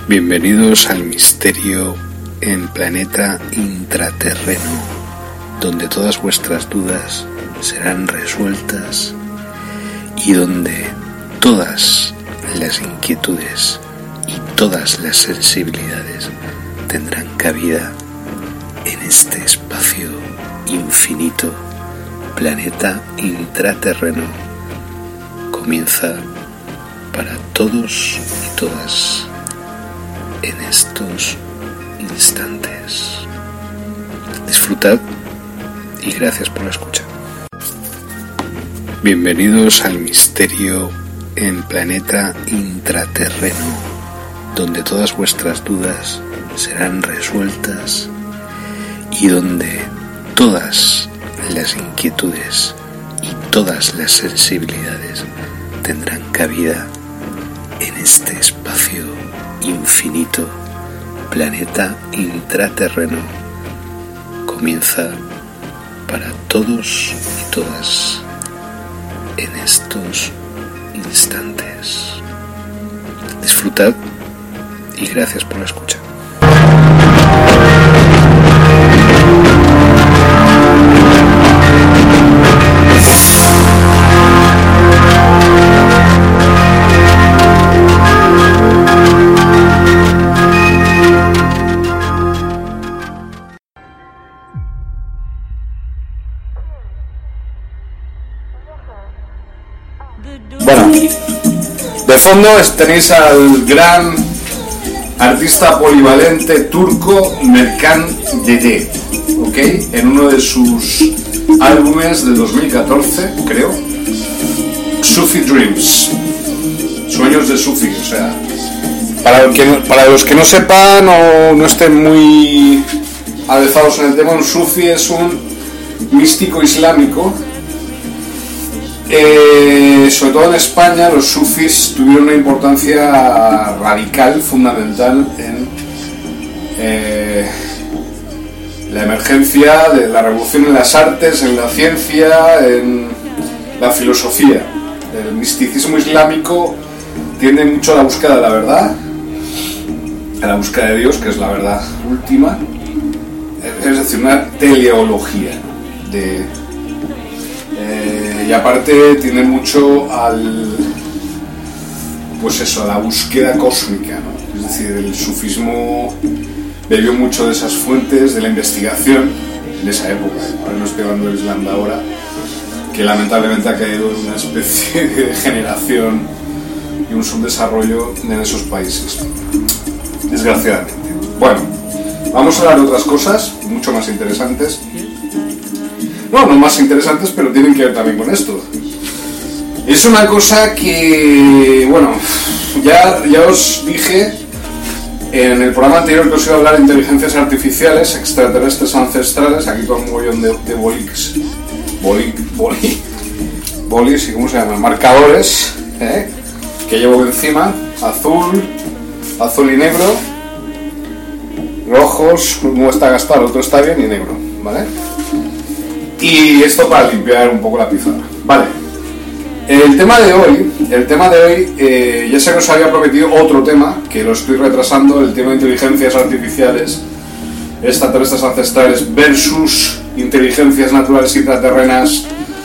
Bienvenidos al misterio en planeta intraterreno, donde todas vuestras dudas serán resueltas y donde todas las inquietudes y todas las sensibilidades tendrán cabida en este espacio infinito, planeta intraterreno. Comienza para todos y todas en estos instantes. Disfrutad y gracias por la escucha. Bienvenidos al misterio en planeta intraterreno, donde todas vuestras dudas serán resueltas y donde todas las inquietudes y todas las sensibilidades tendrán cabida en este espacio infinito, planeta intraterreno. Comienza para todos y todas en estos instantes. Disfrutad y gracias por la escucha. Bueno, de fondo tenéis al gran artista polivalente turco Merkan Dede, ¿ok? En uno de sus álbumes de 2014, creo, Sufi Dreams, sueños de Sufi. O sea, para los que no sepan o no estén muy avezados en el tema, un Sufi es un místico islámico. Sobre todo en España, los sufis tuvieron una importancia radical, fundamental en la emergencia de la revolución en las artes, en la ciencia, en la filosofía. El misticismo islámico tiende mucho a la búsqueda de la verdad, a la búsqueda de Dios, que es la verdad última, es decir, una teleología y aparte tiene mucho a la búsqueda cósmica, ¿no? Es decir, el sufismo bebió mucho de esas fuentes, de la investigación de esa época. Ahora no estoy hablando del Islam de ahora, que lamentablemente ha caído en una especie de degeneración y un subdesarrollo en esos países, desgraciadamente. Bueno, vamos a hablar de otras cosas mucho más interesantes. No más interesantes, pero tienen que ver también con esto. Es una cosa que, bueno, ya os dije en el programa anterior que os iba a hablar de inteligencias artificiales, extraterrestres ancestrales, aquí con un montón de bolis, ¿y cómo se llaman? Marcadores, que llevo encima, azul y negro, rojos, uno está gastado, el otro está bien, y negro, ¿vale? Y esto para limpiar un poco la pizarra. Vale. El tema de hoy, ya sé que os había prometido otro tema, que lo estoy retrasando, el tema de inteligencias artificiales, extraterrestres ancestrales versus inteligencias naturales intraterrenas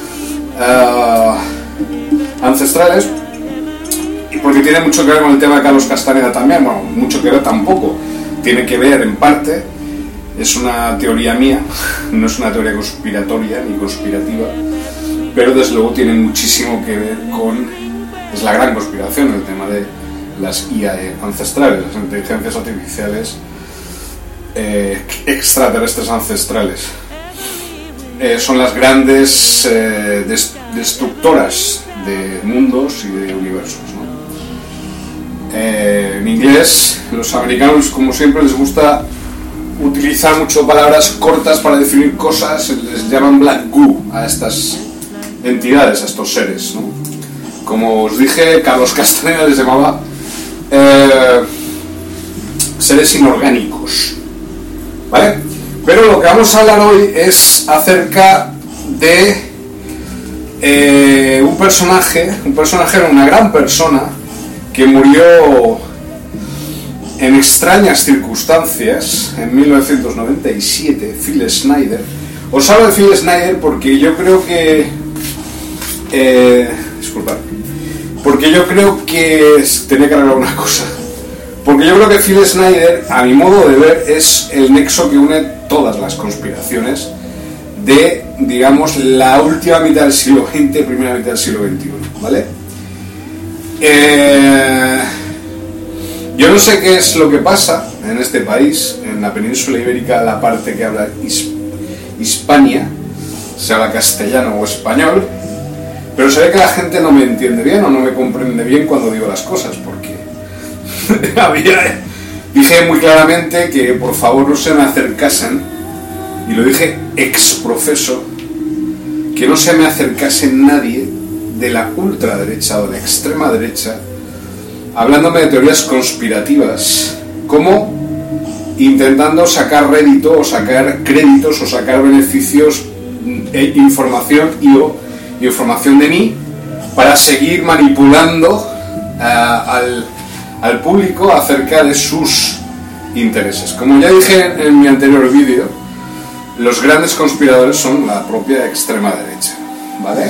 ancestrales, porque tiene mucho que ver con el tema de Carlos Castaneda también. Bueno, mucho que ver tampoco, tiene que ver en parte. Es una teoría mía, no es una teoría conspiratoria ni conspirativa, pero desde luego tiene muchísimo que ver con... Es la gran conspiración, el tema de las IA ancestrales, las inteligencias artificiales extraterrestres ancestrales. Son las grandes destructoras de mundos y de universos, ¿no? En inglés, los americanos, como siempre, les gusta utilizar mucho palabras cortas para definir cosas. Les llaman black goo a estas entidades, a estos seres, ¿no? Como os dije, Carlos Castaneda les llamaba seres inorgánicos, ¿vale? Pero lo que vamos a hablar hoy es acerca de un personaje, una gran persona que murió en extrañas circunstancias, en 1997, Phil Schneider. Os hablo de Phil Schneider porque yo creo que... disculpad. Porque yo creo que... Tenía que arreglar una cosa. Porque yo creo que Phil Schneider, a mi modo de ver, es el nexo que une todas las conspiraciones de, digamos, la última mitad del siglo XX, primera mitad del siglo XXI, ¿vale? Yo no sé qué es lo que pasa en este país, en la península ibérica, la parte que habla Hispania, se habla castellano o español, pero se ve que la gente no me entiende bien o no me comprende bien cuando digo las cosas, porque dije muy claramente que por favor no se me acercasen, y lo dije ex profeso, que no se me acercase nadie de la ultraderecha o de la extrema derecha hablándome de teorías conspirativas, como intentando sacar rédito o sacar créditos o sacar beneficios e información información de mí para seguir manipulando al público acerca de sus intereses. Como ya dije en mi anterior vídeo, los grandes conspiradores son la propia extrema derecha, ¿vale?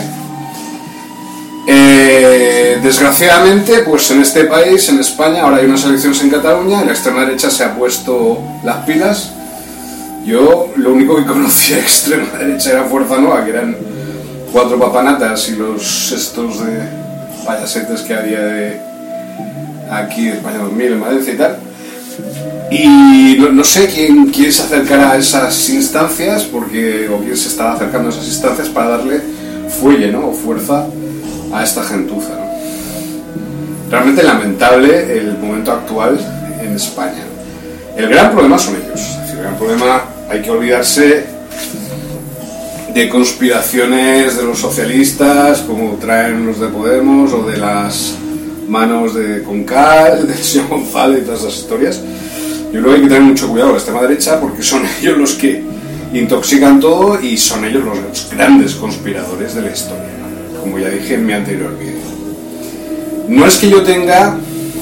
Desgraciadamente, pues en este país, en España, ahora hay unas elecciones en Cataluña y la extrema derecha se ha puesto las pilas. Yo lo único que conocía de extrema derecha era Fuerza Nueva, que eran 4 papanatas y los estos de payasetes que había de aquí de España 2000 en Madrid y tal. Y no sé quién se acercará a esas instancias, o quién se está acercando a esas instancias para darle fuelle, ¿no? O fuerza a esta gentuza, ¿no? Realmente lamentable el momento actual en España. El gran problema son ellos. Es decir, el gran problema, hay que olvidarse de conspiraciones de los socialistas, como traen los de Podemos, o de las manos de Concal, del señor González y todas esas historias. Yo creo que hay que tener mucho cuidado con la extrema derecha, porque son ellos los que intoxican todo y son ellos los grandes conspiradores de la historia, ¿no? Como ya dije en mi anterior vídeo. No es que yo tenga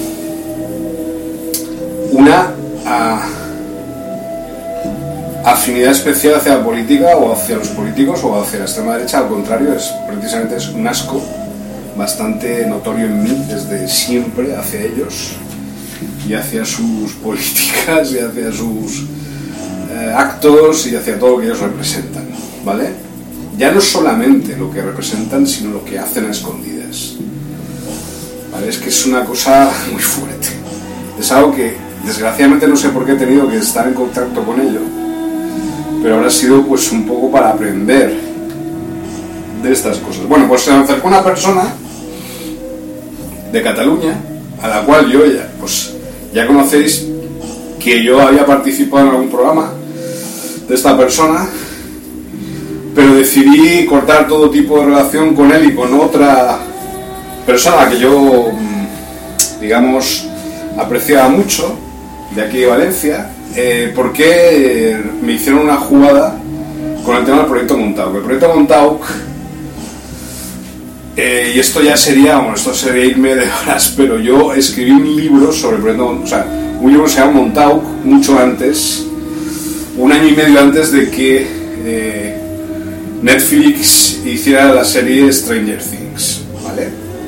una afinidad especial hacia la política o hacia los políticos o hacia la extrema derecha, al contrario, precisamente es un asco bastante notorio en mí desde siempre hacia ellos y hacia sus políticas y hacia sus actos y hacia todo lo que ellos representan, ¿vale? Ya no solamente lo que representan, sino lo que hacen a escondidas, ¿vale? Es que es una cosa muy fuerte. Es algo que desgraciadamente no sé por qué he tenido que estar en contacto con ello, pero habrá sido pues un poco para aprender de estas cosas. Bueno, pues se me acercó una persona de Cataluña, a la cual yo ya conocéis que yo había participado en algún programa de esta persona, pero decidí cortar todo tipo de relación con él y con otra persona que yo, digamos, apreciaba mucho, de aquí de Valencia, porque me hicieron una jugada con el tema del proyecto Montauk. El proyecto Montauk, y esto ya sería, esto sería irme de horas, pero yo escribí un libro sobre el proyecto, un libro que se llama Montauk mucho antes, 1 año y medio antes de que Netflix hiciera la serie Stranger Things, ¿vale?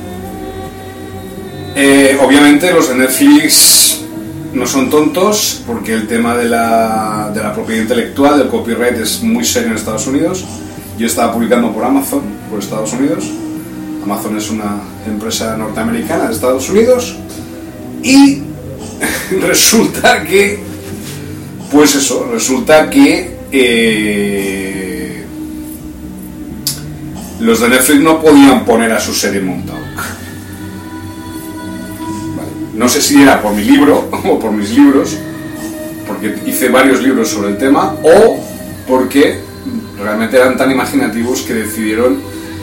Obviamente los de Netflix no son tontos, porque el tema de la propiedad intelectual, del copyright, es muy serio en Estados Unidos. Yo estaba publicando por Amazon, por Estados Unidos. Amazon es una empresa norteamericana de Estados Unidos, y resulta que los de Netflix no podían poner a su serie Montauk. Vale. No sé si era por mi libro o por mis libros, porque hice varios libros sobre el tema, o porque realmente eran tan imaginativos que decidieron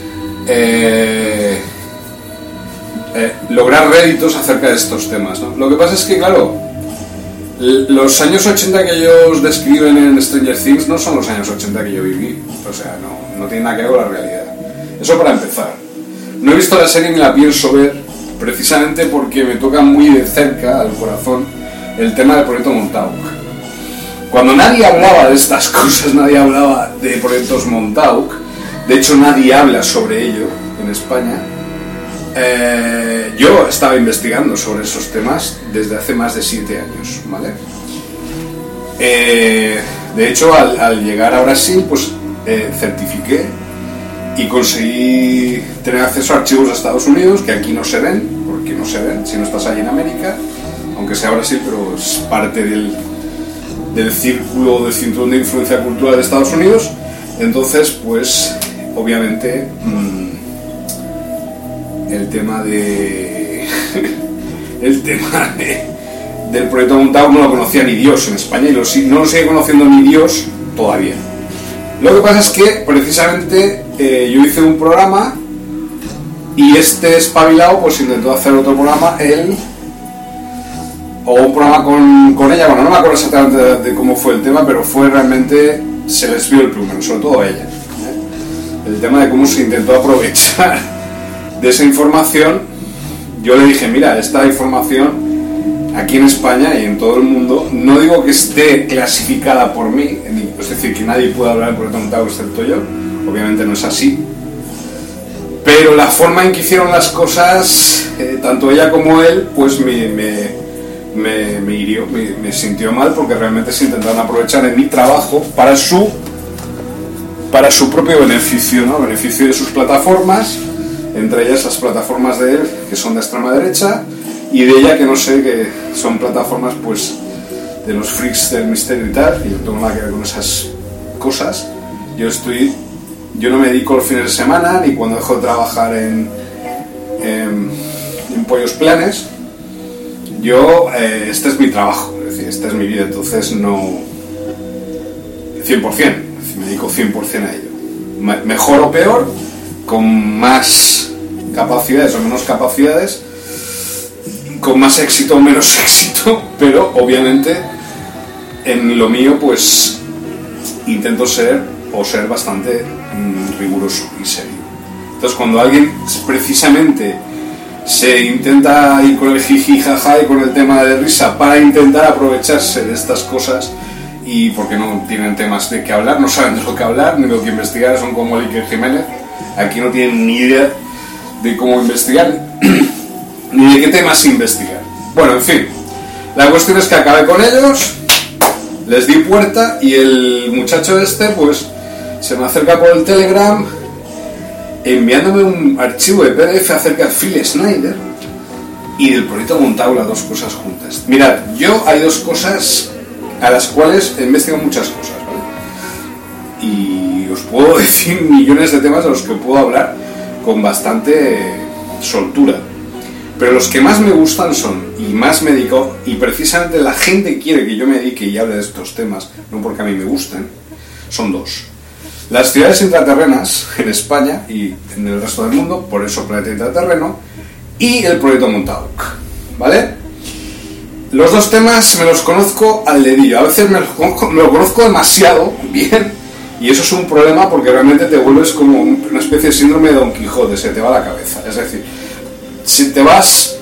lograr réditos acerca de estos temas, ¿no? Lo que pasa es que, claro, los años 80 que ellos describen en Stranger Things no son los años 80 que yo viví. O sea, no tiene nada que ver con la realidad. Eso para empezar. No he visto la serie ni la pienso ver, precisamente porque me toca muy de cerca al corazón el tema del proyecto Montauk. Cuando nadie hablaba de estas cosas, nadie hablaba de proyectos Montauk, de hecho nadie habla sobre ello en España, yo estaba investigando sobre esos temas desde hace más de 7 años, ¿vale? De hecho, al llegar a Brasil, pues certifiqué y conseguí tener acceso a archivos de Estados Unidos que aquí no se ven, porque no se ven si no estás allí en América, aunque sea Brasil, pero es parte del círculo, del cinturón de influencia cultural de Estados Unidos. Entonces, pues obviamente el tema del proyecto Montauk no lo conocía ni Dios en España y no lo sigue conociendo ni Dios todavía. Lo que pasa es que precisamente yo hice un programa y este espabilado pues intentó hacer otro programa, él, o un programa con ella. Bueno, no me acuerdo exactamente de cómo fue el tema, pero fue realmente, se les vio el plumero, sobre todo a ella, el tema de cómo se intentó aprovechar de esa información. Yo le dije, mira, esta información aquí en España y en todo el mundo, no digo que esté clasificada por mí, es decir, que nadie pueda hablar del proyecto Montauk excepto yo, obviamente no es así, pero la forma en que hicieron las cosas, tanto ella como él, pues me hirió, me sintió mal, porque realmente se intentaron aprovechar en mi trabajo para su propio beneficio, ¿no? Beneficio de sus plataformas, entre ellas las plataformas de él, que son de extrema derecha, y de ella, que no sé, que son plataformas pues de los freaks del misterio y tal, y yo no tengo nada que ver con esas cosas. Yo no me dedico los fines de semana ni cuando dejo de trabajar en Pollos Planes. Este es mi trabajo, es decir, esta es mi vida, entonces no 100%, me dedico 100% a ello, mejor o peor, con más capacidades o menos capacidades, con más éxito o menos éxito, pero obviamente en lo mío pues intento ser bastante riguroso y serio. Entonces, cuando alguien precisamente se intenta ir con el jiji jaja y con el tema de risa para intentar aprovecharse de estas cosas, y porque no tienen temas de qué hablar, no saben de lo que hablar ni de lo que investigar, son como Iker Jiménez, aquí no tienen ni idea de cómo investigar ni de qué temas investigar. Bueno, en fin, la cuestión es que acabé con ellos, les di puerta, y el muchacho este pues se me acerca por el Telegram enviándome un archivo de PDF acerca de Phil Snyder y del proyecto Montauk, las dos cosas juntas. Mirad, yo hay dos cosas a las cuales he investigado muchas cosas, ¿vale? Y os puedo decir millones de temas de los que puedo hablar con bastante soltura, pero los que más me gustan son, y más me dedico, y precisamente la gente quiere que yo me dedique y hable de estos temas, no porque a mí me gusten, son dos: las ciudades intraterrenas en España y en el resto del mundo, por eso Planeta Intraterreno, y el proyecto Montauk, ¿vale? Los dos temas me los conozco al dedillo, a veces me lo conozco demasiado bien, y eso es un problema porque realmente te vuelves como una especie de síndrome de Don Quijote, se te va la cabeza. Es decir, si te vas,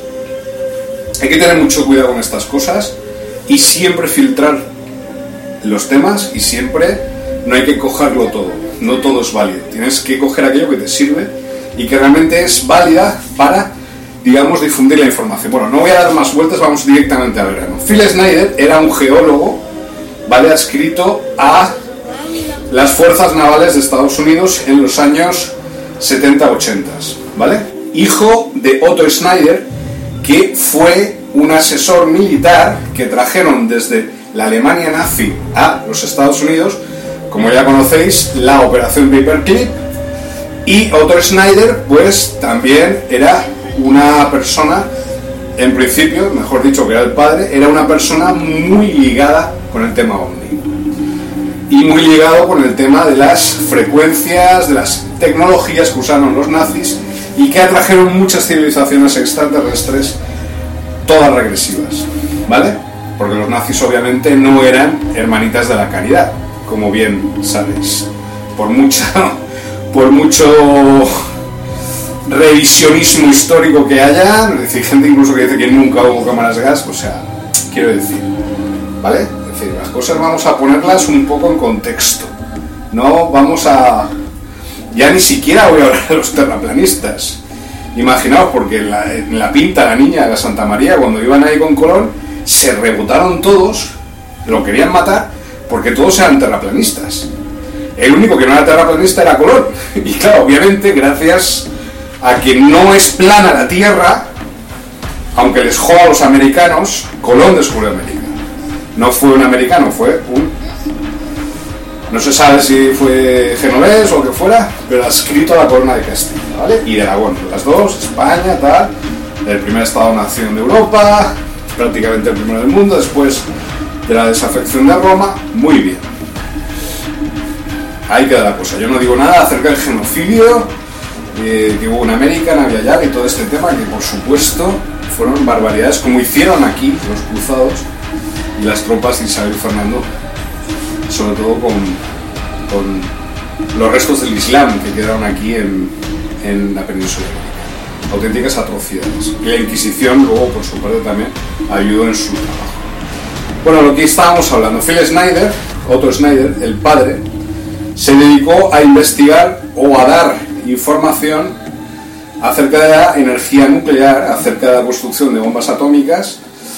hay que tener mucho cuidado con estas cosas y siempre filtrar los temas, y siempre no hay que cogerlo todo, no todo es válido, tienes que coger aquello que te sirve y que realmente es válida para, digamos, difundir la información. Bueno, no voy a dar más vueltas, vamos directamente al grano. Phil Snyder era un geólogo, ¿vale?, adscrito a las fuerzas navales de Estados Unidos en los años 70-80, ¿vale? Hijo de Otto Schneider, que fue un asesor militar que trajeron desde la Alemania nazi a los Estados Unidos, como ya conocéis, la Operación Paperclip. Y Otto Schneider, pues también era una persona, en principio, mejor dicho, que era el padre, era una persona muy ligada con el tema OVNI y muy ligado con el tema de las frecuencias, de las tecnologías que usaron los nazis y que atrajeron muchas civilizaciones extraterrestres, todas regresivas, ¿vale? Porque los nazis obviamente no eran hermanitas de la caridad, como bien sabéis, por mucho revisionismo histórico que haya, es decir, gente incluso que dice que nunca hubo cámaras de gas, o sea, quiero decir, ¿vale? Es decir, las cosas vamos a ponerlas un poco en contexto. No vamos a... Ya ni siquiera voy a hablar de los terraplanistas. Imaginaos, porque en la Pinta, la niña de la Santa María, cuando iban ahí con Colón, se rebotaron todos, lo querían matar, porque todos eran terraplanistas. El único que no era terraplanista era Colón. Y claro, obviamente, gracias a que no es plana la Tierra, aunque les joda a los americanos, Colón descubrió América. No fue un americano, fue un... No se sabe si fue genovés o lo que fuera, pero adscrito a la corona de Castilla, ¿vale? Y de Aragón, las dos, España, tal, el primer Estado-nación de Europa, prácticamente el primero del mundo, después de la desafección de Roma, muy bien. Ahí queda la cosa. Yo no digo nada acerca del genocidio que hubo en América, en Aviala y todo este tema, que por supuesto fueron barbaridades, como hicieron aquí los cruzados y las tropas de Isabel y Fernando, sobre todo con los restos del Islam que quedaron aquí en la península ibérica. Auténticas atrocidades. Y la Inquisición luego, por su parte, también ayudó en su trabajo. Bueno, lo que estábamos hablando, Phil Schneider, Otto Schneider, el padre, se dedicó a investigar o a dar información acerca de la energía nuclear, acerca de la construcción de bombas atómicas.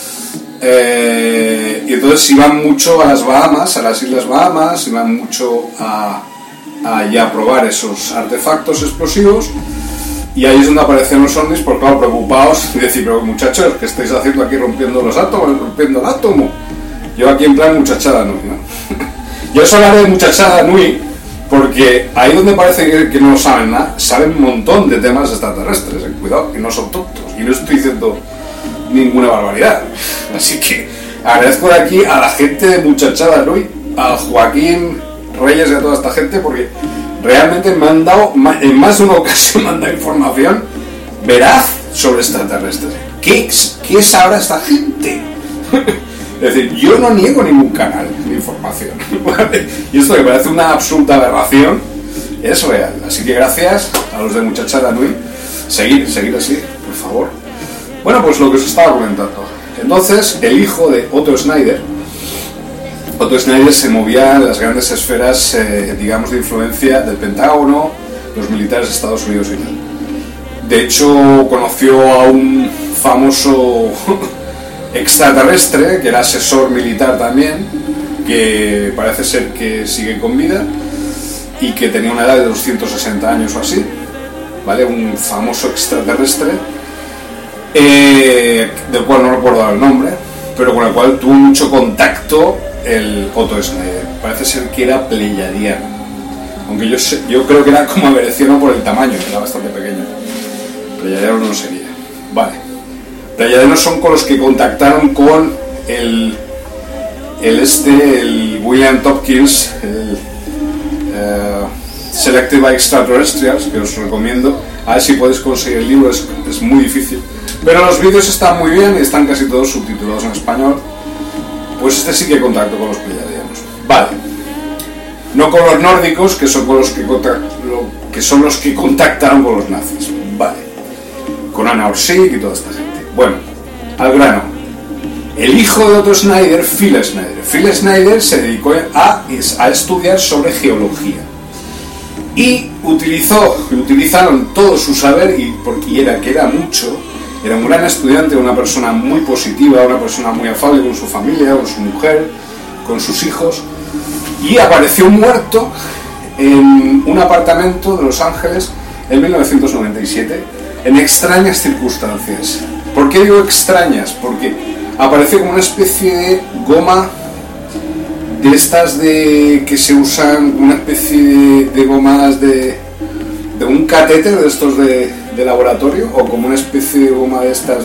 Y entonces iban mucho a las Bahamas, a las Islas Bahamas, iban mucho a probar esos artefactos explosivos, y ahí es donde aparecían los ovnis, porque claro, preocupados y decir, pero muchachos, ¿qué estáis haciendo aquí rompiendo los átomos, rompiendo el átomo? Yo aquí en plan muchachada Nui, ¿no? Yo solo hablaré de muchachada Nui porque ahí donde parece que no saben nada, saben un montón de temas extraterrestres, cuidado, que no son tontos, y no estoy diciendo ninguna barbaridad. Así que agradezco de aquí a la gente de Muchachada Nui, a Joaquín Reyes y a toda esta gente, porque realmente me han dado, en más de una ocasión me han dado información veraz sobre extraterrestres. ¿Qué sabrá esta gente? Es decir, yo no niego ningún canal de información, ¿vale? Y esto que parece una absoluta aberración es real. Así que gracias a los de Muchachada Nui. Seguir así, por favor. Bueno, pues lo que os estaba comentando. Entonces, el hijo de Otto Schneider se movía en las grandes esferas, digamos, de influencia del Pentágono, los militares de Estados Unidos y tal. De hecho, conoció a un famoso extraterrestre, que era asesor militar también, que parece ser que sigue con vida y que tenía una edad de 260 años o así, ¿vale? Un famoso extraterrestre, del cual no recuerdo el nombre, pero con el cual tuvo mucho contacto el Otto Schneider. Parece ser que era pleiadiano, aunque yo creo que era como avereciano por el tamaño, era bastante pequeño. Pleiadiano no sería. Vale. Pleiadianos son con los que contactaron con el William Tompkins, el Selected by Extraterrestrials, que os recomiendo. A ver si podéis conseguir el libro, es muy difícil. Pero los vídeos están muy bien y están casi todos subtitulados en español. Pues este sí que contacto con los pleiadianos. Vale. No con los nórdicos, que son los que contactaron con los nazis. Vale. Con Anna Orsic y toda esta gente. Bueno, al grano. El hijo de Otto Schneider, Phil Schneider, se dedicó a estudiar sobre geología. Y utilizaron todo su saber, y porque era mucho. Era un gran estudiante, una persona muy positiva, una persona muy afable con su familia, con su mujer, con sus hijos, y apareció muerto en un apartamento de Los Ángeles en 1997 en extrañas circunstancias. ¿Por qué digo extrañas? Porque apareció como una especie de goma de estas que se usan, una especie de gomas de un catéter de estos de laboratorio, o como una especie de goma de estas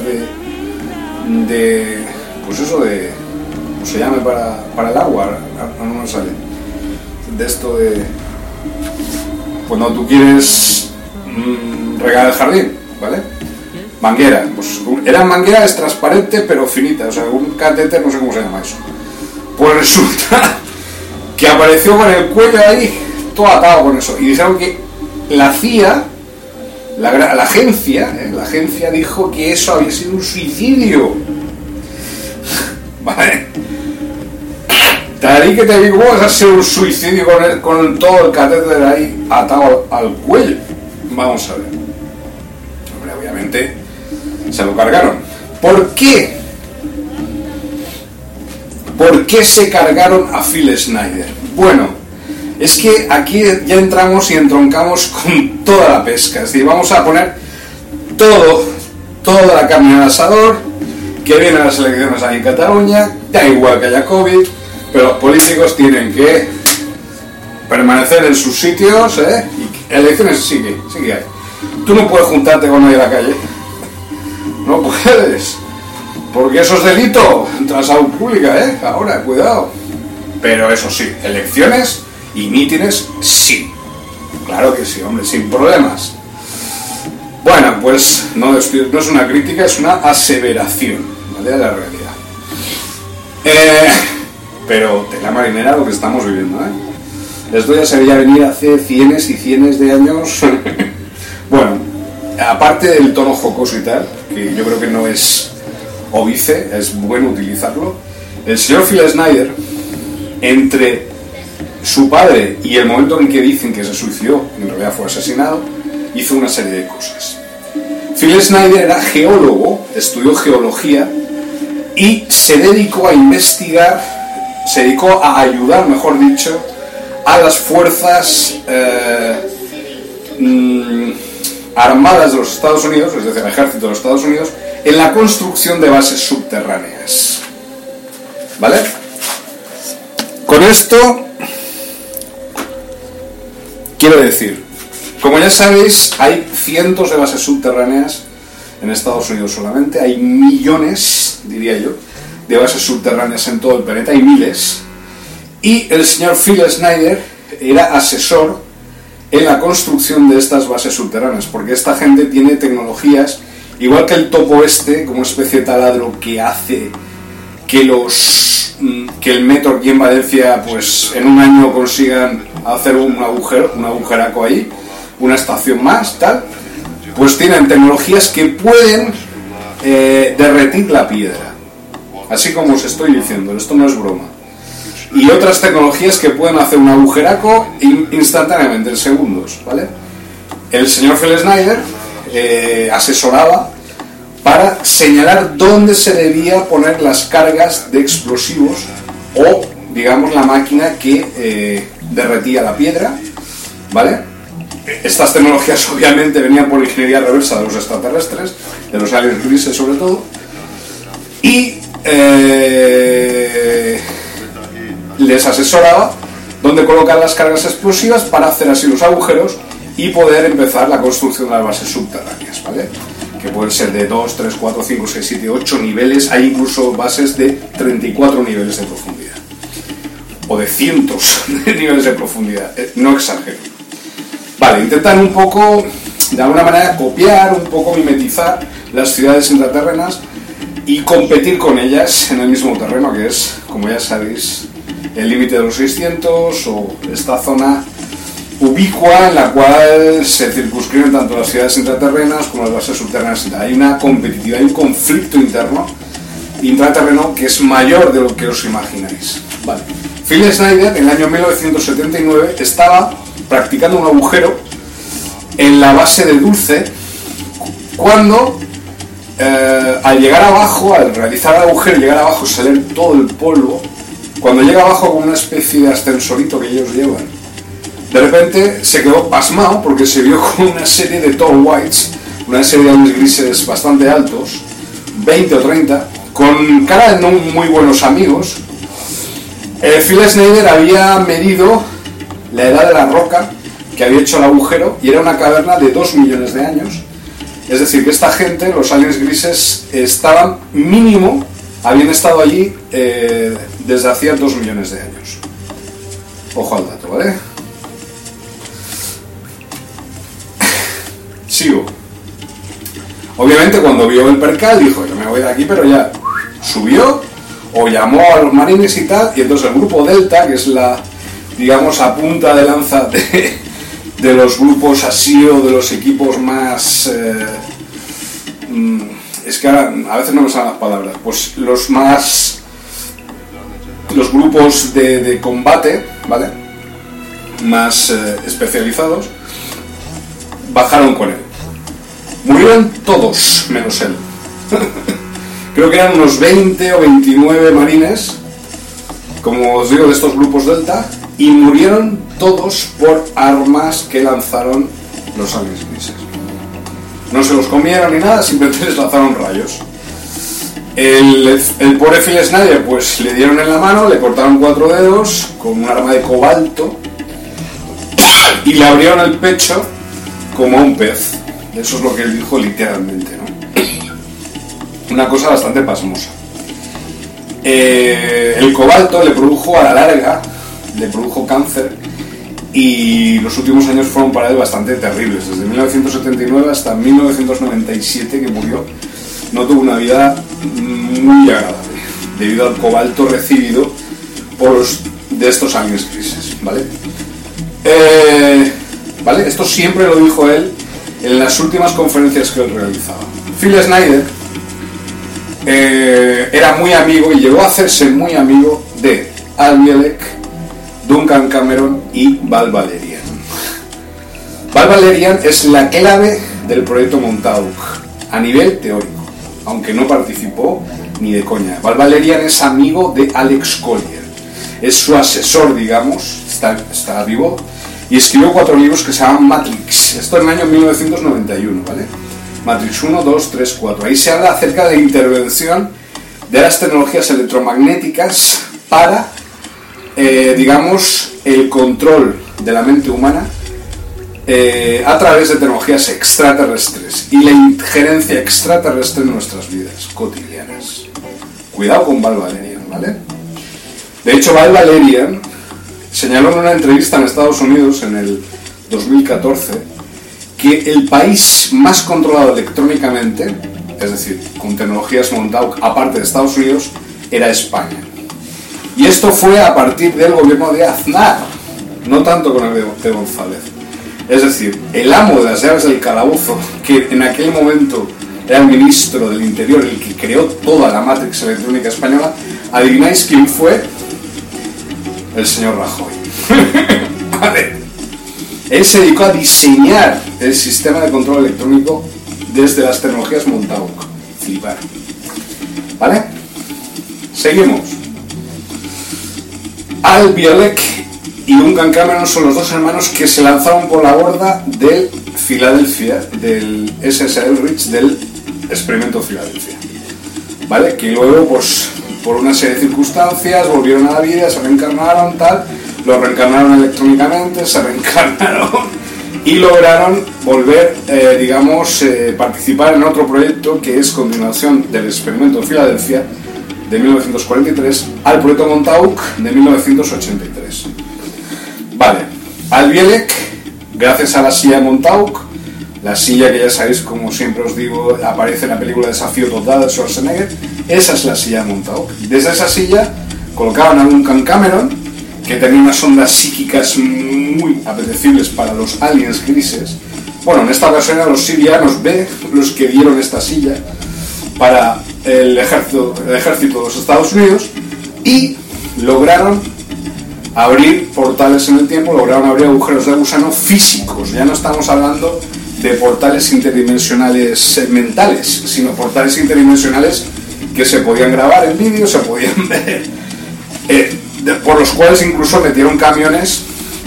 pues eso de, ¿cómo se llama para el agua? No me sale. De esto de cuando tú quieres regar el jardín, ¿vale? Manguera, pues eran mangueras transparentes pero finitas, o sea, un catéter, no sé cómo se llama eso. Pues resulta que apareció con el cuello ahí todo atado con eso, y dijeron que la CIA, la agencia dijo que eso había sido un suicidio. ¿vale? De ahí que te digo, ¿cómo vas a hacer un suicidio con todo el catéter ahí atado al cuello? Vamos a ver. Hombre, obviamente se lo cargaron. ¿Por qué? ¿Por qué se cargaron a Phil Schneider? Bueno, es que aquí ya entramos y entroncamos con toda la pesca. Es decir, vamos a poner toda la carne al asador, que vienen las elecciones ahí en Cataluña, da igual que haya COVID, pero los políticos tienen que permanecer en sus sitios, y elecciones sí que hay. Tú no puedes juntarte con nadie en la calle, no puedes, porque eso es delito contra la salud pública, ahora, cuidado. Pero eso sí, elecciones y mítines sí, claro que sí, hombre, sin problemas. Bueno, pues no es una crítica, es una aseveración, ¿vale?, de la realidad. Pero tela marinera lo que estamos viviendo, Esto ya se veía venir hace cienes y cienes de años. Bueno, aparte del tono jocoso y tal, que yo creo que no es óbice, es bueno utilizarlo, el señor Phil Schneider, entre su padre y el momento en que dicen que se suicidó, en realidad fue asesinado, hizo una serie de cosas. Phil Schneider era geólogo, estudió geología y se dedicó a investigar, se dedicó a ayudar, mejor dicho, a las fuerzas armadas de los Estados Unidos, es decir, el ejército de los Estados Unidos, en la construcción de bases subterráneas. ¿Vale? Con esto quiero decir, como ya sabéis, hay cientos de bases subterráneas en Estados Unidos solamente, hay millones, diría yo, de bases subterráneas en todo el planeta, hay miles, y el señor Phil Schneider era asesor en la construcción de estas bases subterráneas, porque esta gente tiene tecnologías, igual que el topo como una especie de taladro que hace que el metro aquí en Valencia, pues en un año consigan hacer un agujeraco ahí, una estación más, tal, pues tienen tecnologías que pueden derretir la piedra, así como os estoy diciendo, esto no es broma, y otras tecnologías que pueden hacer un agujeraco instantáneamente, en segundos, ¿vale? El señor Phil Schneider asesoraba para señalar dónde se debía poner las cargas de explosivos o, digamos, la máquina que derretía la piedra, ¿vale? Estas tecnologías obviamente venían por ingeniería reversa de los extraterrestres, de los aliens grises sobre todo, y les asesoraba dónde colocar las cargas explosivas para hacer así los agujeros y poder empezar la construcción de las bases subterráneas, ¿vale? Que pueden ser de 2, 3, 4, 5, 6, 7, 8 niveles, hay incluso bases de 34 niveles de profundidad, o de cientos de niveles de profundidad, no exagero. Vale, intentan un poco, de alguna manera, copiar, un poco mimetizar las ciudades intraterrenas y competir con ellas en el mismo terreno, que es, como ya sabéis, el límite de los 600, o esta zona ubicua en la cual se circunscriben tanto las ciudades intraterrenas como las bases subterráneas. Hay una competitividad, hay un conflicto intraterreno que es mayor de lo que os imagináis. Vale. Phil Schneider, en el año 1979, estaba practicando un agujero en la base de Dulce cuando al llegar abajo, al realizar el agujero y llegar abajo, salir todo el polvo, cuando llega abajo con una especie de ascensorito que ellos llevan, de repente se quedó pasmado porque se vio con una serie de tall whites, una serie de aliens grises bastante altos, 20 o 30, con cara de no muy buenos amigos. Phil Schneider había medido la edad de la roca que había hecho el agujero y era una caverna de 2 millones de años. Es decir, que esta gente, los aliens grises, estaban mínimo, habían estado allí desde hacía 2 millones de años. Ojo al dato, ¿vale? Sigo. Obviamente cuando vio el percal dijo, yo me voy de aquí, pero ya subió o llamó a los marines y tal, y entonces el grupo Delta, que es la, digamos, a punta de lanza de los grupos así o de los equipos más... es que ahora a veces no me salen las palabras, pues los más los grupos de combate, ¿vale?, más especializados, bajaron con él. Murieron todos, menos él. Creo que eran unos 20 o 29 marines, como os digo, de estos grupos Delta, y murieron todos por armas que lanzaron los aliens grises. No se los comieron ni nada, simplemente les lanzaron rayos. El pobre Phil Snyder, pues le dieron en la mano, le cortaron 4 dedos con un arma de cobalto y le abrieron el pecho como a un pez. Eso es lo que él dijo literalmente, ¿no? Una cosa bastante pasmosa. El cobalto le produjo a la larga, le produjo cáncer, y los últimos años fueron para él bastante terribles. Desde 1979 hasta 1997, que murió, no tuvo una vida muy agradable debido al cobalto recibido por de estos aliens grises, ¿vale? ¿Vale? Esto siempre lo dijo él en las últimas conferencias que él realizaba. Phil Snyder era muy amigo y llegó a hacerse muy amigo de Al Bielek, Duncan Cameron y Val Valerian. Val Valerian es la clave del proyecto Montauk a nivel teórico, aunque no participó ni de coña. Val Valerian es amigo de Alex Collier, es su asesor, digamos, está vivo, y escribió 4 libros que se llaman Matrix. Esto en el año 1991, ¿vale? Matrix 1, 2, 3, 4. Ahí se habla acerca de la intervención de las tecnologías electromagnéticas para, digamos, el control de la mente humana a través de tecnologías extraterrestres y la injerencia extraterrestre en nuestras vidas cotidianas. Cuidado con Val Valerian, ¿vale? De hecho, Val Valerian señaló en una entrevista en Estados Unidos en el 2014 que el país más controlado electrónicamente, es decir, con tecnologías Montauk aparte de Estados Unidos, era España. Y esto fue a partir del gobierno de Aznar, no tanto con el de González. Es decir, el amo de las llaves del calabozo, que en aquel momento era el ministro del Interior, el que creó toda la Matrix electrónica española, ¿adivináis quién fue? El señor Rajoy. Vale. Él se dedicó a diseñar el sistema de control electrónico desde las tecnologías Montauk. Flipar. ¿Vale? Seguimos. Al Bielek y Duncan Cameron son los dos hermanos que se lanzaron por la borda del Filadelfia, del SS Eldridge, del experimento Filadelfia. ¿Vale? Que luego, pues, por una serie de circunstancias, volvieron a la vida, se reencarnaron, tal, lo reencarnaron electrónicamente, se reencarnaron y lograron volver, participar en otro proyecto que es continuación del experimento de Filadelfia de 1943 al proyecto Montauk de 1983. Vale, Al Bielek, gracias a la silla de Montauk, la silla que ya sabéis, como siempre os digo, aparece en la película Desafío Total de Schwarzenegger, esa es la silla de Montauk. Desde esa silla colocaban a Duncan Cameron, que tenía unas ondas psíquicas muy apetecibles para los aliens grises. Bueno, en esta ocasión eran los sirianos B los que dieron esta silla para el ejército de los Estados Unidos, y lograron abrir portales en el tiempo, lograron abrir agujeros de gusano físicos. Ya no estamos hablando de portales interdimensionales mentales, sino portales interdimensionales que se podían grabar en vídeo, se podían ver, por los cuales incluso metieron camiones,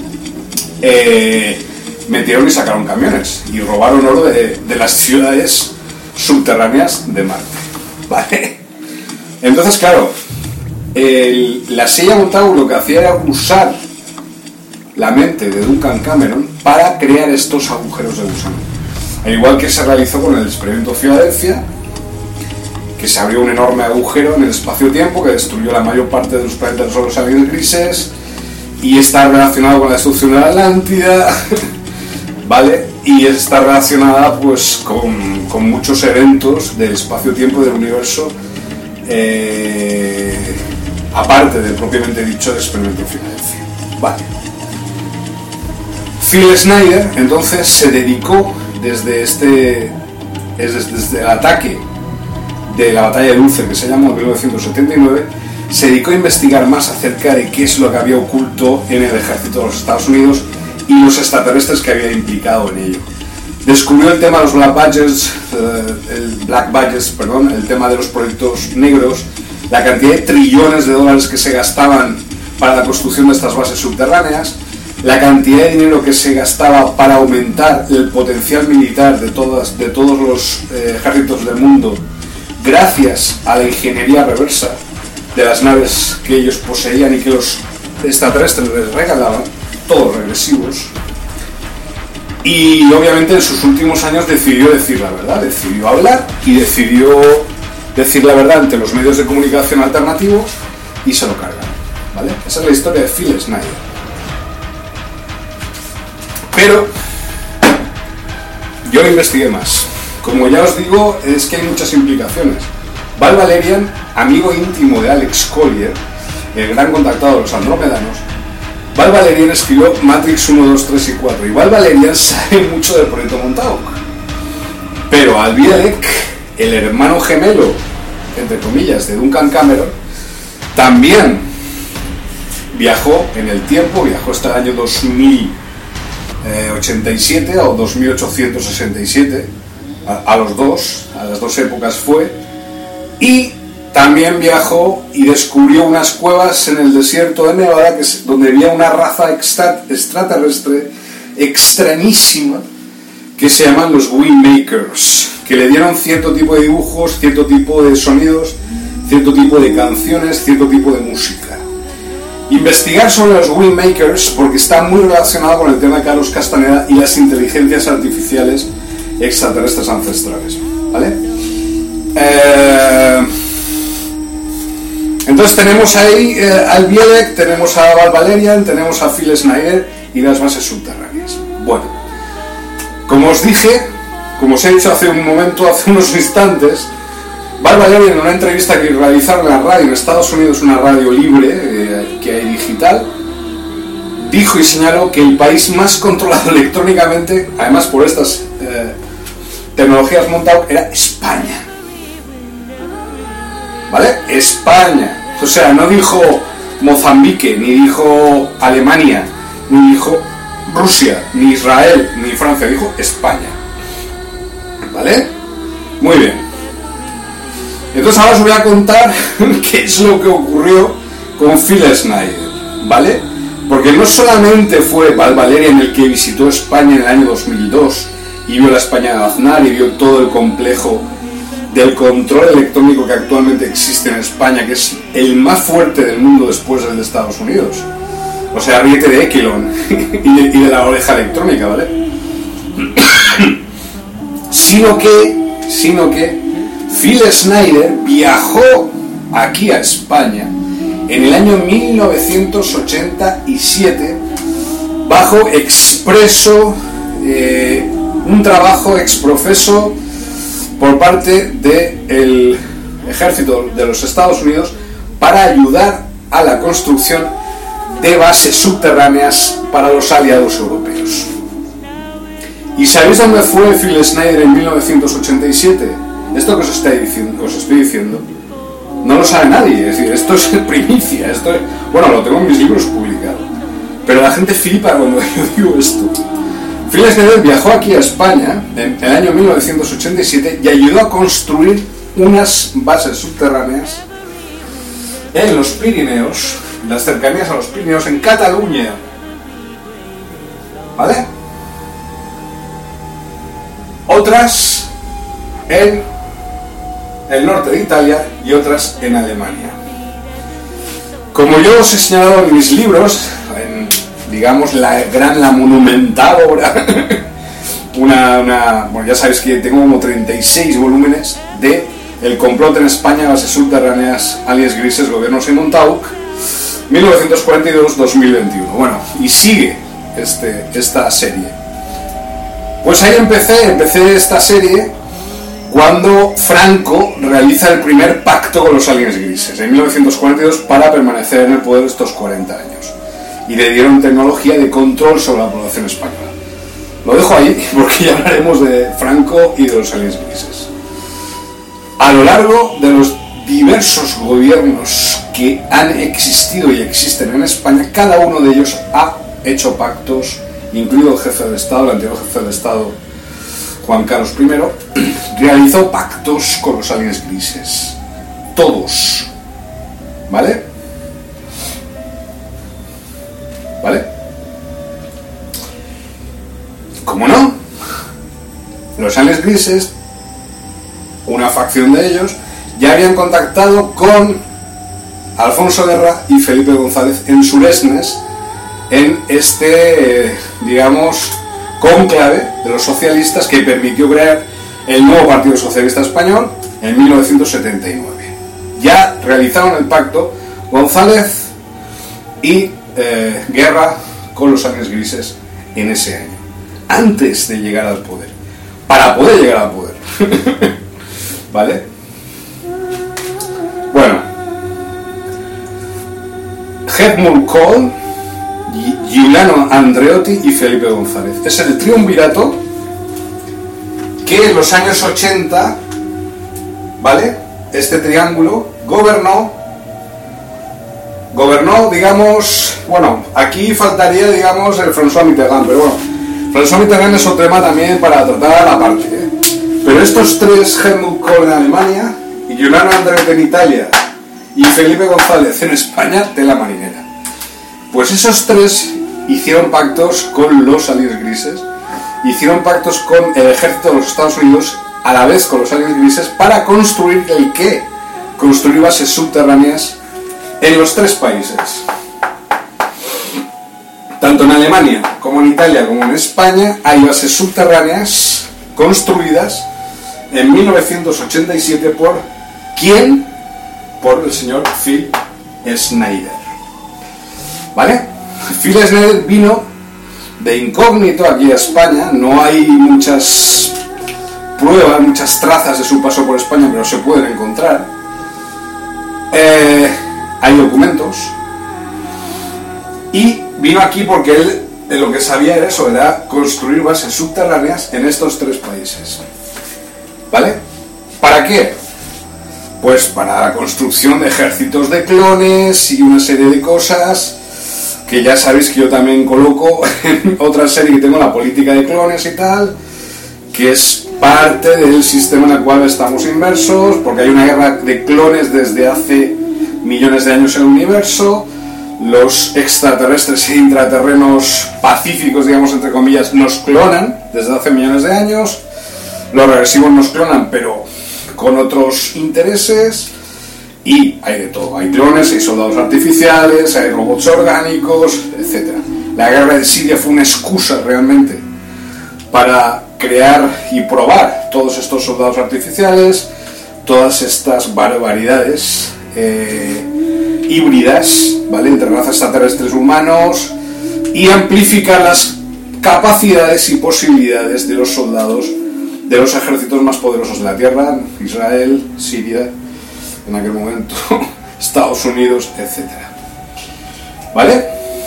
metieron y sacaron camiones y robaron oro de las ciudades subterráneas de Marte, ¿vale? Entonces, claro, la silla Montauk lo que hacía era usar la mente de Duncan Cameron para crear estos agujeros de gusano, al igual que se realizó con el experimento Filadelfia, que se abrió un enorme agujero en el espacio-tiempo que destruyó la mayor parte de los planetas de los aliens grises, y está relacionado con la destrucción de la Atlántida, ¿vale? Y está relacionada, pues, con muchos eventos del espacio-tiempo del universo, aparte del propiamente dicho experimento Filadelfia, ¿vale? Phil Snyder entonces se dedicó desde el ataque de la batalla de Dulce, que se llamó en 1979, se dedicó a investigar más acerca de qué es lo que había oculto en el ejército de los Estados Unidos y los extraterrestres que había implicado en ello. Descubrió el tema de los Black Badges, el tema de los proyectos negros, la cantidad de trillones de dólares que se gastaban para la construcción de estas bases subterráneas, la cantidad de dinero que se gastaba para aumentar el potencial militar de todos los ejércitos del mundo, gracias a la ingeniería reversa de las naves que ellos poseían y que los extraterrestres les regalaban, todos regresivos. Y obviamente en sus últimos años decidió decir la verdad, decidió hablar y decidió decir la verdad ante los medios de comunicación alternativos y se lo cargan, ¿vale? Esa es la historia de Phil Schneider. Pero yo lo investigué más. Como ya os digo, es que hay muchas implicaciones. Val Valerian, amigo íntimo de Alex Collier, el gran contactado de los andromedanos, Val Valerian escribió Matrix 1, 2, 3 y 4, y Val Valerian sabe mucho del proyecto Montauk. Pero Al Bielek, el hermano gemelo, entre comillas, de Duncan Cameron, también viajó en el tiempo, viajó hasta el año 2087 o 2867, a las dos épocas fue, y también viajó y descubrió unas cuevas en el desierto de Nevada donde había una raza extraterrestre extrañísima que se llaman los Windmakers, que le dieron cierto tipo de dibujos, cierto tipo de sonidos, cierto tipo de canciones, cierto tipo de música. Investigar sobre los Windmakers porque está muy relacionado con el tema de Carlos Castaneda y las inteligencias artificiales extraterrestres ancestrales, ¿vale? Entonces tenemos ahí al Bielek, tenemos a Val Valerian, tenemos a Phil Schneider y las bases subterráneas. Bueno, como os dije, como os he dicho hace unos instantes, Val Valerian, en una entrevista que realizaron en la radio en Estados Unidos, una radio libre que hay digital, dijo y señaló que el país más controlado electrónicamente, además por estas tecnologías Montauk, era España. ¿Vale? España. O sea, no dijo Mozambique, ni dijo Alemania, ni dijo Rusia, ni Israel, ni Francia, dijo España. ¿Vale? Muy bien. Entonces ahora os voy a contar qué es lo que ocurrió con Phil Schneider, ¿vale? Porque no solamente fue Val Valerian el que visitó España en el año 2002 y vio la España de Aznar y vio todo el complejo del control electrónico que actualmente existe en España, que es el más fuerte del mundo después del de Estados Unidos. O sea, ríete de Equilon y de la oreja electrónica, ¿vale? Sino que Phil Schneider viajó aquí a España en el año 1987 bajo expreso, un trabajo exprofeso por parte del ejército de los Estados Unidos para ayudar a la construcción de bases subterráneas para los aliados europeos. ¿Y sabéis dónde fue Phil Schneider en 1987? Esto que os estoy diciendo no lo sabe nadie, es decir, esto es primicia, bueno, lo tengo en mis libros publicados, pero la gente flipa cuando yo digo esto. Phil Schneider viajó aquí a España en el año 1987 y ayudó a construir unas bases subterráneas en los Pirineos, en las cercanías a los Pirineos, en Cataluña, ¿vale? Otras en el norte de Italia y otras en Alemania. Como yo os he señalado en mis libros, digamos la monumental obra, bueno, ya sabéis que tengo como 36 volúmenes de El complot en España, bases subterráneas, aliens grises, gobiernos en Montauk, 1942-2021. Bueno, y sigue esta serie. Pues ahí empecé esta serie cuando Franco realiza el primer pacto con los aliens grises en 1942 para permanecer en el poder estos 40 años. Y le dieron tecnología de control sobre la población española. Lo dejo ahí porque ya hablaremos de Franco y de los aliens grises. A lo largo de los diversos gobiernos que han existido y existen en España, cada uno de ellos ha hecho pactos, incluido el jefe del Estado, el anterior jefe del Estado, Juan Carlos I, realizó pactos con los aliens grises. Todos. ¿Vale? ¿Vale? ¿Cómo no? Los aliens grises, una facción de ellos, ya habían contactado con Alfonso Guerra y Felipe González en Suresnes, en este, digamos, cónclave de los socialistas que permitió crear el nuevo Partido Socialista Español en 1979. Ya realizaron el pacto González y Guerra con los aliens grises en ese año, antes de llegar al poder, para poder llegar al poder. ¿Vale? Bueno, Helmut Kohl, Giuliano Andreotti y Felipe González. Es el triunvirato que en los años 80, ¿vale? Este triángulo gobernó, digamos, bueno, aquí faltaría, digamos, el François Mitterrand, pero bueno, François Mitterrand es otro tema también para tratar aparte, ¿eh? Pero estos tres, Helmut Kohl en Alemania, y Giuliano Andreotti en Italia, y Felipe González en España, tela marinera. Pues esos tres hicieron pactos con los aliens grises, hicieron pactos con el ejército de los Estados Unidos, a la vez con los aliens grises, para construir el qué, construir bases subterráneas en los tres países. Tanto en Alemania como en Italia como en España hay bases subterráneas construidas en 1987 por ¿quién? Por el señor Phil Schneider. ¿Vale? Phil Schneider vino de incógnito aquí a España, no hay muchas pruebas, muchas trazas de su paso por España, pero se pueden encontrar. Hay documentos. Y vino aquí porque él lo que sabía era eso, era construir bases subterráneas en estos tres países. ¿Vale? ¿Para qué? Pues para la construcción de ejércitos de clones y una serie de cosas que ya sabéis que yo también coloco en otra serie que tengo, la política de clones y tal, que es parte del sistema en el cual estamos inmersos, porque hay una guerra de clones desde hace millones de años en el universo. Los extraterrestres e intraterrenos pacíficos, digamos entre comillas, nos clonan desde hace millones de años. Los regresivos nos clonan, pero con otros intereses. Y hay de todo, hay clones, hay soldados artificiales, hay robots orgánicos, etc. La guerra de Siria fue una excusa realmente para crear y probar todos estos soldados artificiales, todas estas barbaridades híbridas, ¿vale?, entre razas extraterrestres humanos, y amplificar las capacidades y posibilidades de los soldados de los ejércitos más poderosos de la Tierra, Israel, Siria, en aquel momento Estados Unidos, etc. ¿Vale?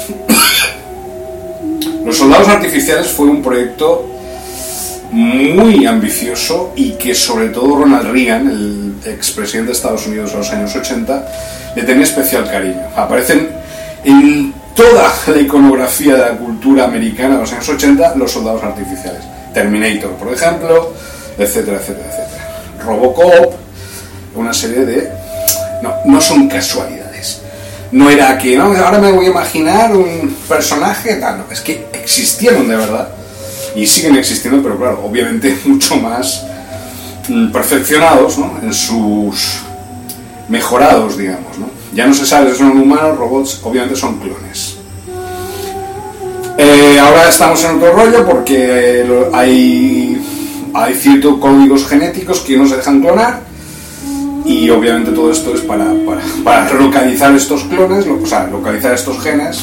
Los soldados artificiales fue un proyecto muy ambicioso y que sobre todo Ronald Reagan, el expresidente de Estados Unidos de los años 80, le tenía especial cariño. Aparecen en toda la iconografía de la cultura americana de los años 80 los soldados artificiales. Terminator, por ejemplo, etcétera, etcétera, etcétera. Robocop, una serie de... No son casualidades. No era que, no, ahora me voy a imaginar un personaje, tal, no, es que existieron de verdad y siguen existiendo, pero claro, obviamente mucho más perfeccionados, ¿no?, en sus mejorados, digamos, ¿no? Ya no se sabe si son humanos, robots, obviamente son clones. Ahora estamos en otro rollo porque hay ciertos códigos genéticos que no se dejan clonar, y obviamente todo esto es para localizar estos clones, o sea, localizar estos genes,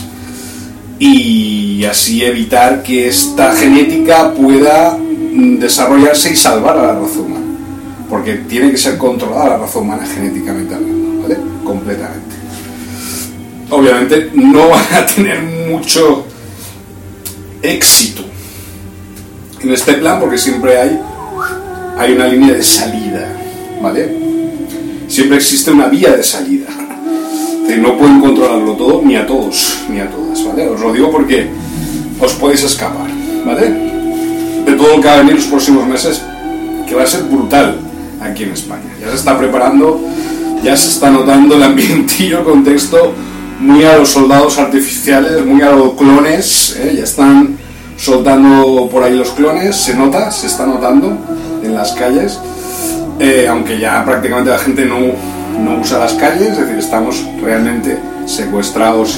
y así evitar que esta genética pueda desarrollarse y salvar a la raza humana, porque tiene que ser controlada la raza humana genéticamente hablando, ¿vale? Completamente. Obviamente no van a tener mucho éxito en este plan porque siempre hay una línea de salida, ¿vale? siempre existe una vía de salida. Es decir, no pueden controlarlo todo, ni a todos, ni a todas, ¿vale? Os lo digo porque os podéis escapar, ¿vale? De todo lo que va a venir los próximos meses, que va a ser brutal aquí en España. Ya se está preparando, ya se está notando el ambientillo, el contexto, muy a los soldados artificiales, muy a los clones, ya están soltando por ahí los clones, se nota, se está notando en las calles, aunque ya prácticamente la gente no usa las calles, es decir, estamos realmente secuestrados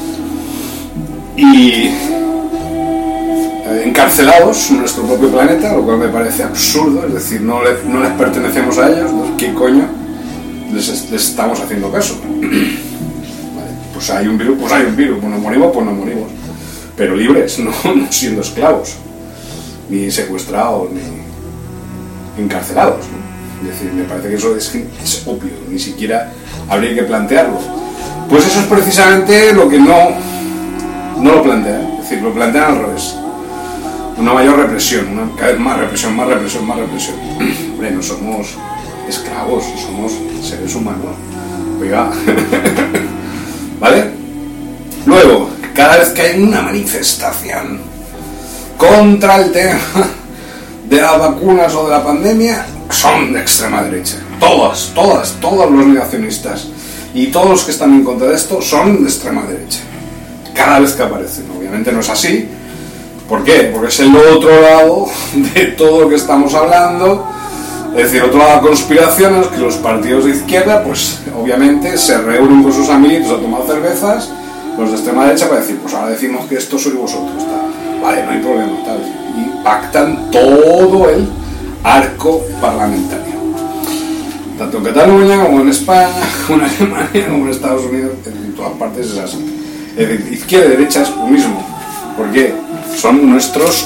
y encarcelados en nuestro propio planeta, lo cual me parece absurdo, es decir, no les pertenecemos a ellos, ¿no? ¿Qué coño les estamos haciendo caso? Vale, pues hay un virus, pues nos morimos, pero libres, no siendo esclavos, ni secuestrados, ni encarcelados, ¿no? Es decir, me parece que eso es obvio, ni siquiera habría que plantearlo. Pues eso es precisamente lo que no lo plantean, es decir, lo plantean al revés. Una mayor represión, cada vez más represión. Hombre, no somos esclavos, somos seres humanos. Oiga, ¿vale? Luego, cada vez que hay una manifestación contra el tema de las vacunas o de la pandemia, son de extrema derecha. Todos los negacionistas y todos los que están en contra de esto son de extrema derecha. Cada vez que aparecen. Obviamente no es así. ¿Por qué? Porque es el otro lado de todo lo que estamos hablando. Es decir, otro lado de conspiraciones, que los partidos de izquierda, pues obviamente se reúnen con sus amiguitos a tomar cervezas, los de extrema derecha, para decir, pues ahora decimos que esto sois vosotros, tal. Vale, no hay problema, tal. Y pactan todo el arco parlamentario. Tanto en Cataluña, como en España, como en Alemania, como en Estados Unidos, en todas partes es así. Es decir, izquierda y derecha es lo mismo. ¿Por qué? Son nuestros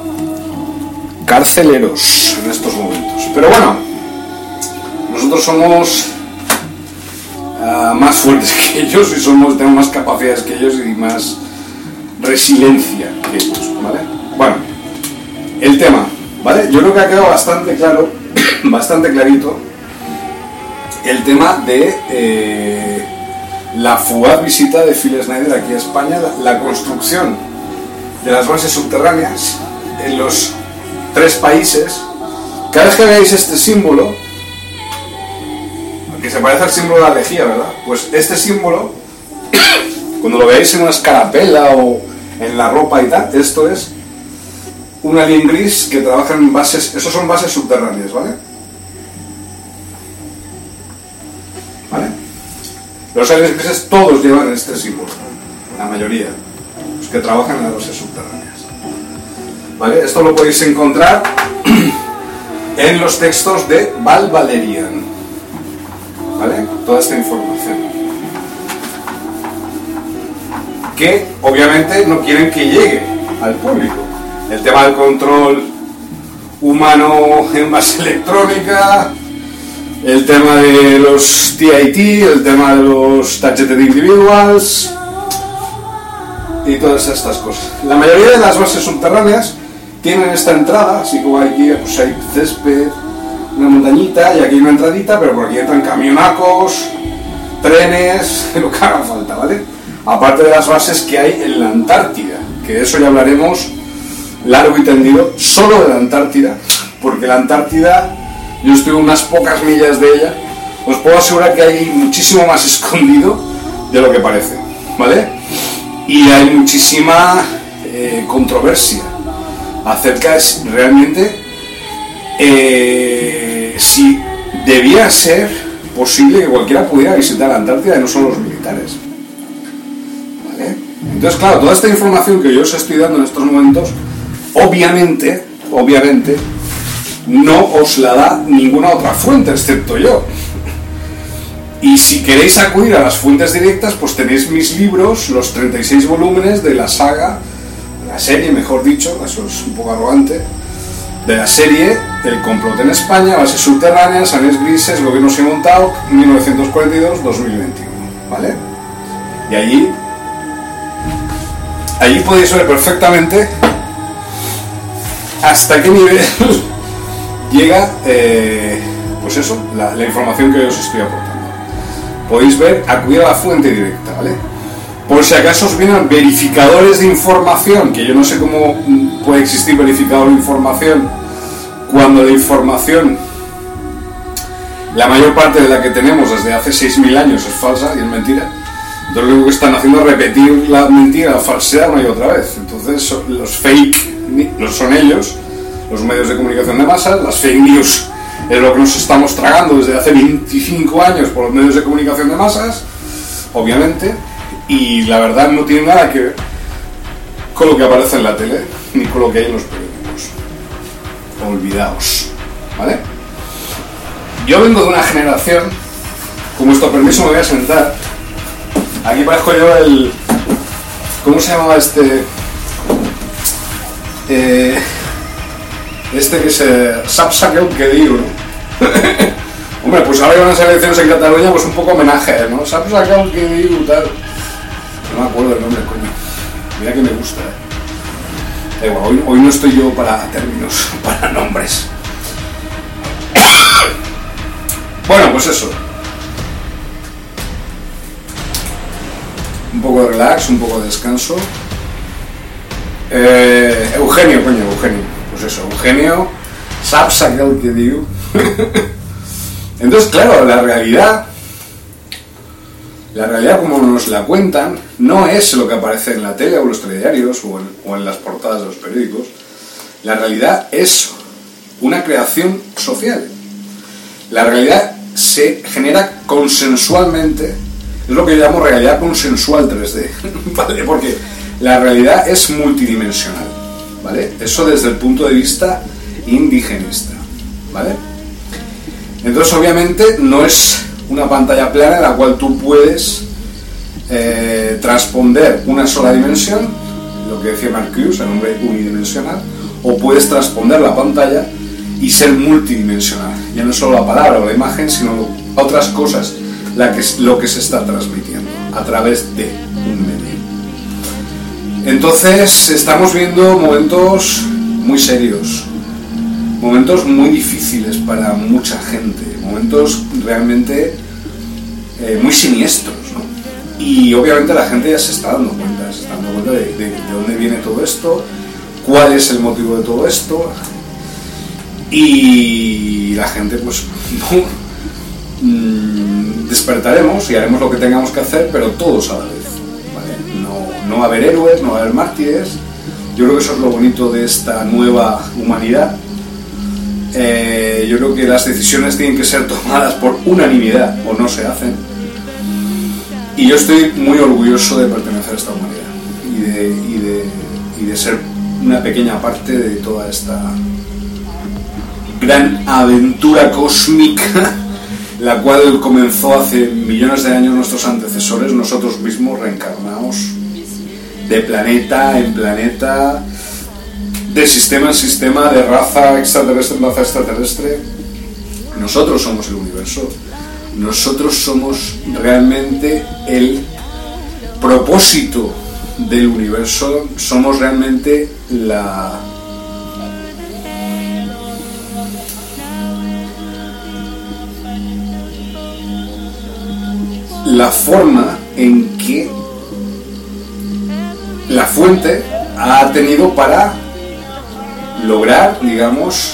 carceleros en estos momentos. Pero bueno, nosotros somos más fuertes que ellos y tenemos más capacidades que ellos y más resiliencia que ellos, ¿vale? Bueno, el tema, ¿vale? Yo creo que ha quedado bastante claro, bastante clarito, el tema de la fugaz visita de Phil Snyder aquí a España, la construcción de las bases subterráneas en los 3 países. Cada vez que veáis este símbolo, que se parece al símbolo de la lejía, ¿verdad? Pues este símbolo, cuando lo veáis en una escarapela o en la ropa y tal, esto es un alien gris que trabaja en bases, esos son bases subterráneas, ¿vale? ¿Vale? Los aliens grises todos llevan este símbolo, la mayoría, los que trabajan en las bases subterráneas. ¿Vale? Esto lo podéis encontrar en los textos de Val Valerian, ¿vale? Toda esta información que obviamente no quieren que llegue al público. El tema del control humano en base electrónica, el tema de los TIT, el tema de los Targeted Individuals y todas estas cosas. La mayoría de las bases subterráneas tienen esta entrada, así como aquí pues hay césped, una montañita y aquí hay una entradita, pero por aquí entran camionacos, trenes, lo que haga falta, ¿vale? Aparte de las bases que hay en la Antártida, que de eso ya hablaremos largo y tendido, solo de la Antártida, porque la Antártida, yo estuve unas pocas millas de ella, os puedo asegurar que hay muchísimo más escondido de lo que parece, ¿vale? Y hay muchísima controversia acerca de si realmente si debía ser posible que cualquiera pudiera visitar la Antártida y no solo los militares, ¿vale? Entonces, claro, toda esta información que yo os estoy dando en estos momentos, obviamente, no os la da ninguna otra fuente excepto yo. Y si queréis acudir a las fuentes directas, pues tenéis mis libros, los 36 volúmenes de la saga, la serie, mejor dicho, eso es un poco arrogante, de la serie El complot en España, bases subterráneas, aliens grises, gobierno sin montado, 1942-2021, ¿vale? Y allí podéis ver perfectamente hasta qué nivel llega pues eso, la información que os estoy aportando. Podéis ver, acudir a la fuente directa, ¿vale? Por si acaso os vienen verificadores de información, que yo no sé cómo puede existir verificador de información cuando la información, la mayor parte de la que tenemos desde hace 6.000 años es falsa y es mentira. Entonces lo único que están haciendo es repetir la mentira, la falsedad una y otra vez. Entonces los fake son ellos, los medios de comunicación de masas, las fake news es lo que nos estamos tragando desde hace 25 años por los medios de comunicación de masas, obviamente, y la verdad no tiene nada que ver con lo que aparece en la tele ni con lo que hay en los periódicos. Olvidaos, ¿vale? Yo vengo de una generación, con vuestro permiso me voy a sentar. Aquí parezco yo el... ¿Cómo se llamaba este? Este que se... Saps aquel que digo, ¿no? Hombre, pues ahora que van a ser elecciones en Cataluña, pues un poco homenaje, ¿no? Saps aquel que digo, tal... No me acuerdo el nombre, coño. Mira que me gusta, Bueno, hoy no estoy yo para términos, para nombres. Bueno, pues eso. Un poco de relax, un poco de descanso. Eugenio. Pues eso, Eugenio. Saps aquel que digo. Entonces, claro, la realidad como nos la cuentan, no es lo que aparece en la tele o en los telediarios o en las portadas de los periódicos. La realidad es una creación social. La realidad se genera consensualmente, es lo que yo llamo realidad consensual 3D, ¿vale? Porque la realidad es multidimensional, ¿vale? Eso desde el punto de vista indigenista, ¿vale? Entonces, obviamente, no es una pantalla plana en la cual tú puedes transponder una sola dimensión, lo que decía Marcuse, el hombre unidimensional, o puedes transponder la pantalla y ser multidimensional. Ya no solo la palabra o la imagen, sino otras cosas, lo que se está transmitiendo a través de un medio. Entonces, estamos viendo momentos muy serios, momentos muy difíciles para mucha gente, momentos realmente muy siniestros, ¿no? Y obviamente la gente ya se está dando cuenta de dónde viene todo esto, cuál es el motivo de todo esto, y la gente pues despertaremos y haremos lo que tengamos que hacer, pero todos a la vez, ¿vale? No va a haber héroes, no va a haber mártires. Yo creo que eso es lo bonito de esta nueva humanidad. Yo creo que las decisiones tienen que ser tomadas por unanimidad o no se hacen, y yo estoy muy orgulloso de pertenecer a esta humanidad y de ser una pequeña parte de toda esta gran aventura cósmica, la cual comenzó hace millones de años nuestros antecesores, nosotros mismos reencarnados de planeta en planeta, de sistema en sistema, de raza extraterrestre en raza extraterrestre. Nosotros somos el universo, nosotros somos realmente el propósito del universo, somos realmente la forma en que la fuente ha tenido para lograr, digamos,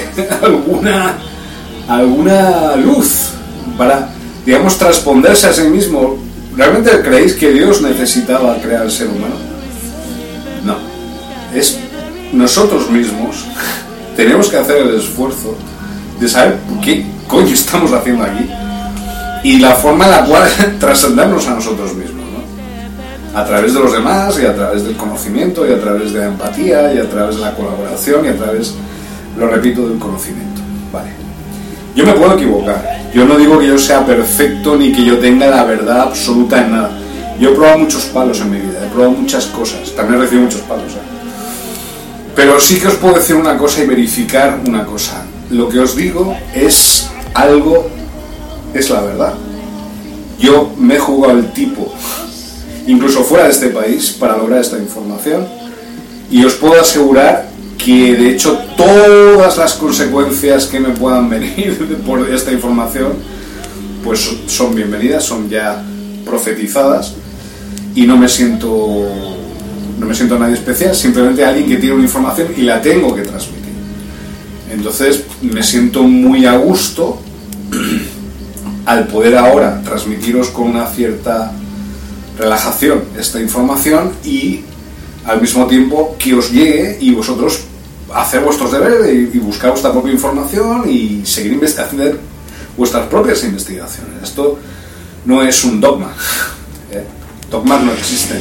alguna luz, para, digamos, transponderse a sí mismo. ¿Realmente creéis que Dios necesitaba crear al ser humano? No. Es nosotros mismos tenemos que hacer el esfuerzo de saber qué coño estamos haciendo aquí y la forma en la cual trascendernos a nosotros mismos, ¿no? A través de los demás y a través del conocimiento y a través de la empatía y a través de la colaboración y a través, lo repito, del conocimiento. Vale. Yo me puedo equivocar. Yo no digo que yo sea perfecto ni que yo tenga la verdad absoluta en nada. Yo he probado muchos palos en mi vida, he probado muchas cosas, también he recibido muchos palos, Pero sí que os puedo decir una cosa y verificar una cosa. Lo que os digo es algo, es la verdad. Yo me he jugado el tipo, incluso fuera de este país, para lograr esta información, y os puedo asegurar que de hecho todas las consecuencias que me puedan venir por esta información pues son bienvenidas, son ya profetizadas, y no me siento nadie especial, simplemente alguien que tiene una información y la tengo que transmitir. Entonces me siento muy a gusto al poder ahora transmitiros con una cierta relajación esta información y al mismo tiempo que os llegue y vosotros hacer vuestros deberes y buscar vuestra propia información y seguir hacer vuestras propias investigaciones. Esto no es un dogma, dogmas no existen.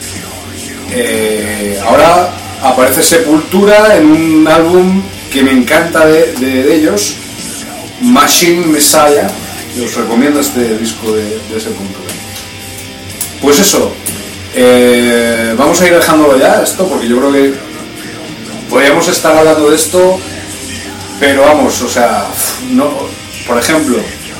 Ahora aparece Sepultura en un álbum que me encanta de ellos, Machine Messiah, y os recomiendo este disco de Sepultura. Pues eso, vamos a ir dejándolo ya esto, porque yo creo que podríamos estar hablando de esto, pero vamos, o sea, no. Por ejemplo,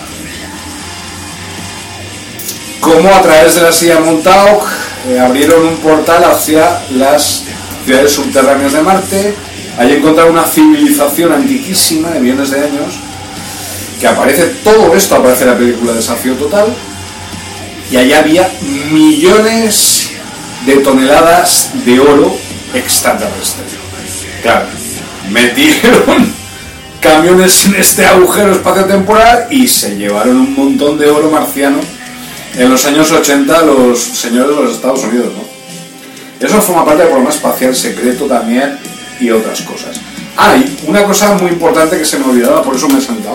cómo a través de la silla Montauk abrieron un portal hacia las ciudades subterráneas de Marte. Allí encontraron una civilización antiquísima de millones de años, que aparece, todo esto aparece en la película Desafío Total, y allí había millones de toneladas de oro extraterrestre. Claro, metieron camiones en este agujero espaciotemporal y se llevaron un montón de oro marciano en los años 80 los señores de los Estados Unidos, ¿no? Eso forma parte del programa espacial secreto también y otras cosas. Ah, y una cosa muy importante que se me olvidaba, por eso me he sentado.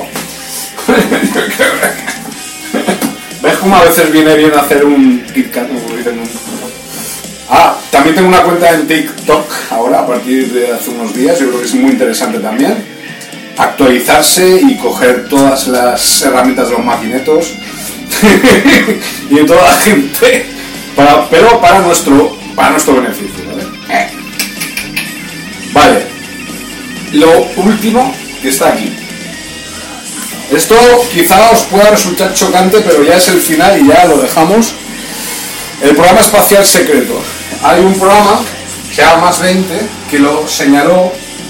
¿Ves cómo a veces viene bien hacer un Kit Kat, como dicen? Ah, también tengo una cuenta en TikTok ahora, a partir de hace unos días, yo creo que es muy interesante también actualizarse y coger todas las herramientas de los maquinetos y de toda la gente, pero para nuestro beneficio, ¿vale? Vale, lo último que está aquí. Esto quizá os pueda resultar chocante, pero ya es el final y ya lo dejamos. El programa espacial secreto. Hay un programa que se llama Más 20 que lo señaló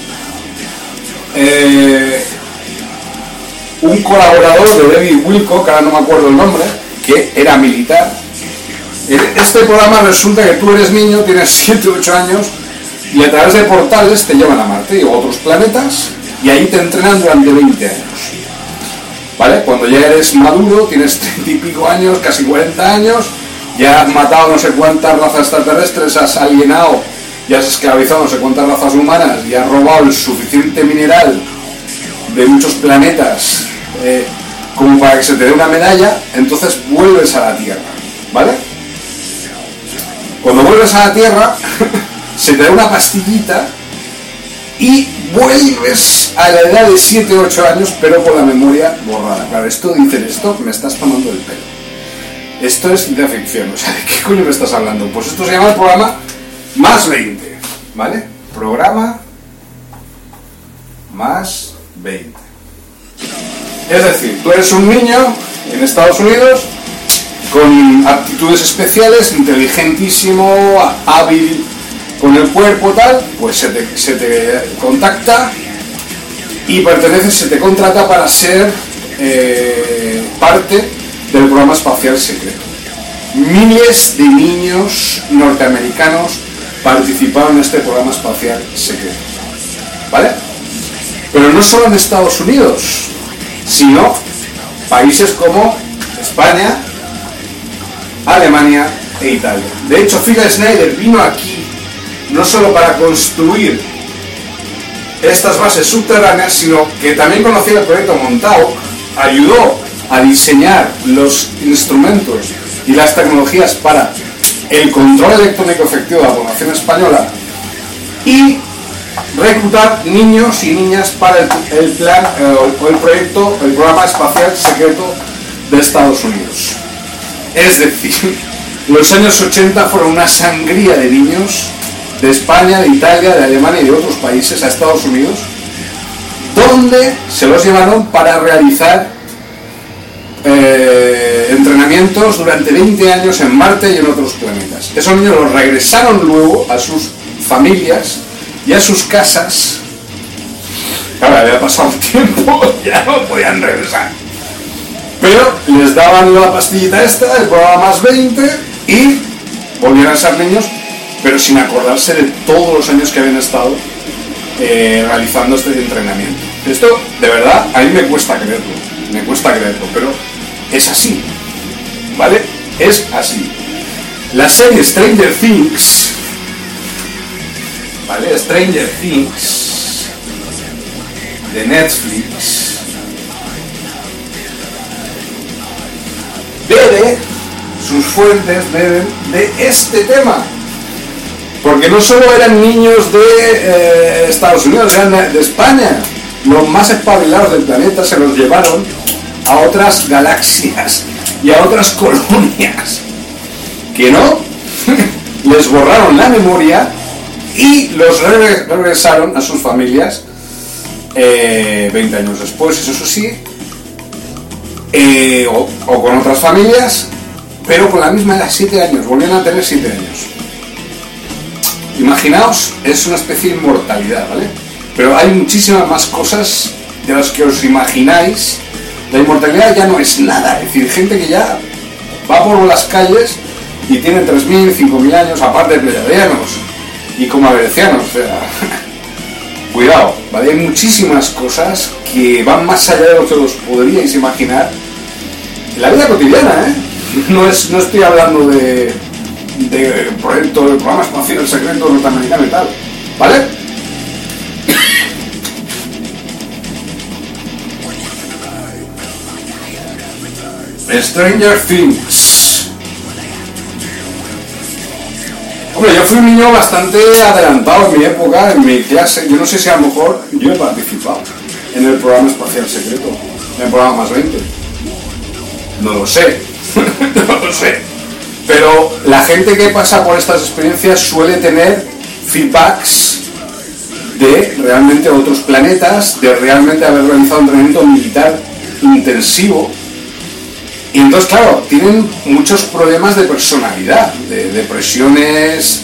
un colaborador de David Wilcock, que ahora no me acuerdo el nombre, que era militar. Este programa resulta que tú eres niño, tienes 7 o 8 años, y a través de portales te llevan a Marte o a otros planetas, y ahí te entrenan durante 20 años. ¿Vale? Cuando ya eres maduro, tienes 30 y pico años, casi 40 años, ya has matado no sé cuántas razas extraterrestres, has alienado, ya has esclavizado no sé cuántas razas humanas, y has robado el suficiente mineral de muchos planetas como para que se te dé una medalla, entonces vuelves a la Tierra, ¿vale? Cuando vuelves a la Tierra se te da una pastillita y vuelves a la edad de 7 o 8 años, pero con la memoria borrada. Claro, dicen esto, me estás tomando el pelo. Esto es ciencia ficción, o sea, ¿de qué coño me estás hablando? Pues esto se llama el programa Más 20, ¿vale? Programa Más 20. Es decir, tú eres un niño en Estados Unidos con aptitudes especiales, inteligentísimo, hábil con el cuerpo, tal, pues se te contacta y se te contrata para ser parte del programa espacial secreto. Miles de niños norteamericanos participaron en este programa espacial secreto, ¿vale? Pero no solo en Estados Unidos, sino países como España, Alemania e Italia. De hecho, Phil Schneider vino aquí no solo para construir estas bases subterráneas, sino que también conocía el proyecto Montauk, ayudó a diseñar los instrumentos y las tecnologías para el control electrónico efectivo de la población española y reclutar niños y niñas para el proyecto, el programa espacial secreto de Estados Unidos. Es decir, los años 80 fueron una sangría de niños de España, de Italia, de Alemania y de otros países a Estados Unidos, donde se los llevaron para realizar entrenamientos durante 20 años en Marte y en otros planetas. Esos niños los regresaron luego a sus familias y a sus casas. Claro, había pasado un tiempo, ya no podían regresar. Pero les daban la pastillita esta, el programa más 20, y volvían a ser niños, pero sin acordarse de todos los años que habían estado realizando este entrenamiento. Esto, de verdad, a mí me cuesta creerlo, pero es así, ¿vale? Es así. La serie Stranger Things, ¿vale? Stranger Things, de Netflix, bebe, sus fuentes beben de este tema. Porque no solo eran niños de Estados Unidos, eran de España. Los más espabilados del planeta se los llevaron a otras galaxias y a otras colonias. Que no, les borraron la memoria y los regresaron a sus familias 20 años después, eso sí, o con otras familias, pero con la misma edad, 7 años, volvían a tener 7 años. Imaginaos, es una especie de inmortalidad, ¿vale? Pero hay muchísimas más cosas de las que os imagináis. La inmortalidad ya no es nada, es decir, gente que ya va por las calles y tiene 3.000, 5.000 años, aparte de pleyadianos y comavercianos, o sea, cuidado, ¿vale? Hay muchísimas cosas que van más allá de lo que os podríais imaginar en la vida cotidiana, ¿eh? No estoy hablando de proyecto del programa espacial secreto norteamericano y tal, ¿vale? Stranger Things. Hombre, yo fui un niño bastante adelantado en mi época, en mi clase. Yo no sé si a lo mejor yo he participado en el programa espacial secreto, en el programa más 20. No lo sé, no lo sé. Pero la gente que pasa por estas experiencias suele tener feedbacks de realmente otros planetas, de realmente haber realizado un entrenamiento militar intensivo. Y entonces, claro, tienen muchos problemas de personalidad, de depresiones,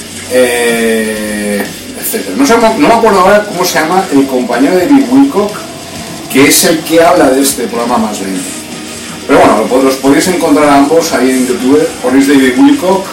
etc. No me acuerdo ahora cómo se llama el compañero de David Wilcock, que es el que habla de este programa más 20. Pero bueno, los podéis encontrar ambos ahí en YouTube. Ponéis David Wilcock,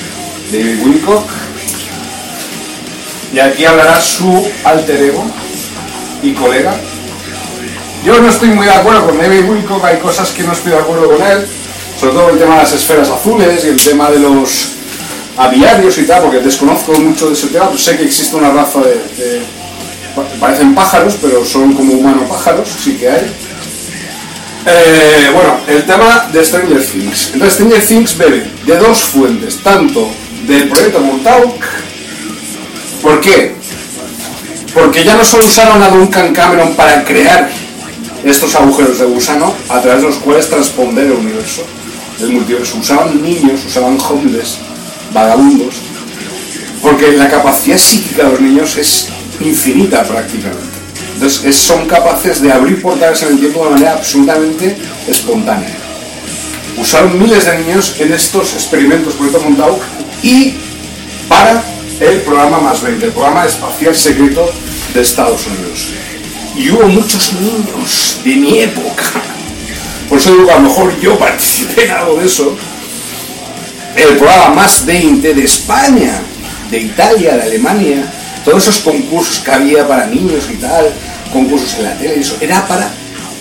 y aquí hablará su alter ego y colega. Yo no estoy muy de acuerdo con David Wilcock, hay cosas que no estoy de acuerdo con él, sobre todo el tema de las esferas azules y el tema de los aviarios y tal, porque desconozco mucho de ese tema, pues sé que existe una raza de parecen pájaros, pero son como humanos pájaros, sí que hay. Bueno, el tema de Stranger Things. Entonces Stranger Things bebe de dos fuentes, tanto del proyecto Montauk. ¿Por qué? Porque ya no solo usaron a Duncan Cameron para crear estos agujeros de gusano a través de los cuales transponder el universo, el multiverso. Usaban niños, usaban homeless, vagabundos, porque la capacidad psíquica de los niños es infinita prácticamente. Entonces son capaces de abrir portales en el tiempo de manera absolutamente espontánea. Usaron miles de niños en estos experimentos Proyecto Montauk y para el programa más 20, el programa espacial secreto de Estados Unidos. Y hubo muchos niños de mi época. Por eso digo que a lo mejor yo participé en algo de eso. El programa más 20 de España, de Italia, de Alemania, todos esos concursos que había para niños y tal, concursos en la tele y eso, era para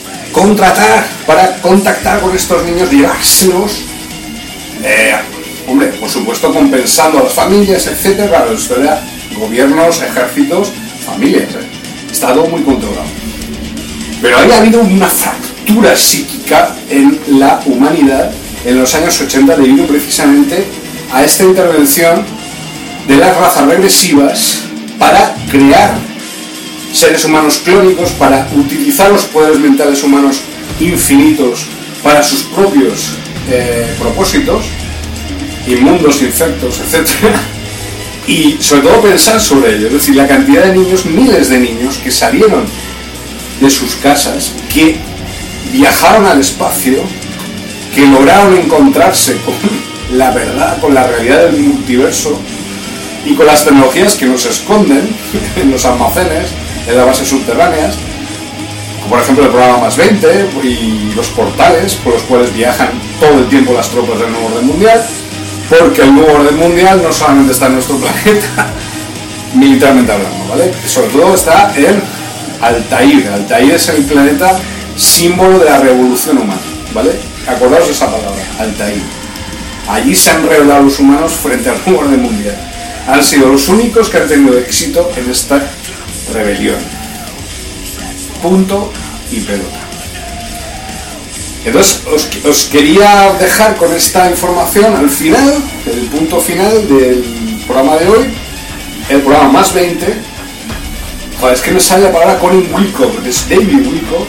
contactar con estos niños, llevárselos, hombre, por supuesto compensando a las familias, etcétera. Claro, esto era gobiernos, ejércitos, familias, está todo muy controlado. Pero había habido una fractura psíquica en la humanidad en los años 80 debido precisamente a esta intervención de las razas regresivas para crear seres humanos clónicos, para utilizar los poderes mentales humanos infinitos para sus propios propósitos, inmundos, infectos, etc. Y sobre todo pensar sobre ello, es decir, la cantidad de niños, miles de niños que salieron de sus casas, que viajaron al espacio, que lograron encontrarse con la verdad, con la realidad del multiverso, y con las tecnologías que nos esconden en los almacenes, en las bases subterráneas, como por ejemplo el programa Más 20 y los portales por los cuales viajan todo el tiempo las tropas del nuevo orden mundial, porque el nuevo orden mundial no solamente está en nuestro planeta, militarmente hablando, ¿vale? Sobre todo está en Altair. Altair es el planeta símbolo de la revolución humana, ¿vale? Acordaos de esa palabra, Altair. Allí se han rebelado los humanos frente al nuevo orden mundial. Han sido los únicos que han tenido éxito en esta rebelión. Punto y pelota. Entonces os quería dejar con esta información al final, el punto final del programa de hoy, el programa Más 20. Joder, es que me sale la palabra Cory Wilcock, es David Wilcock.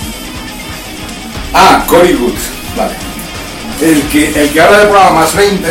Ah, Cory Good, vale. El que habla del programa Más 20.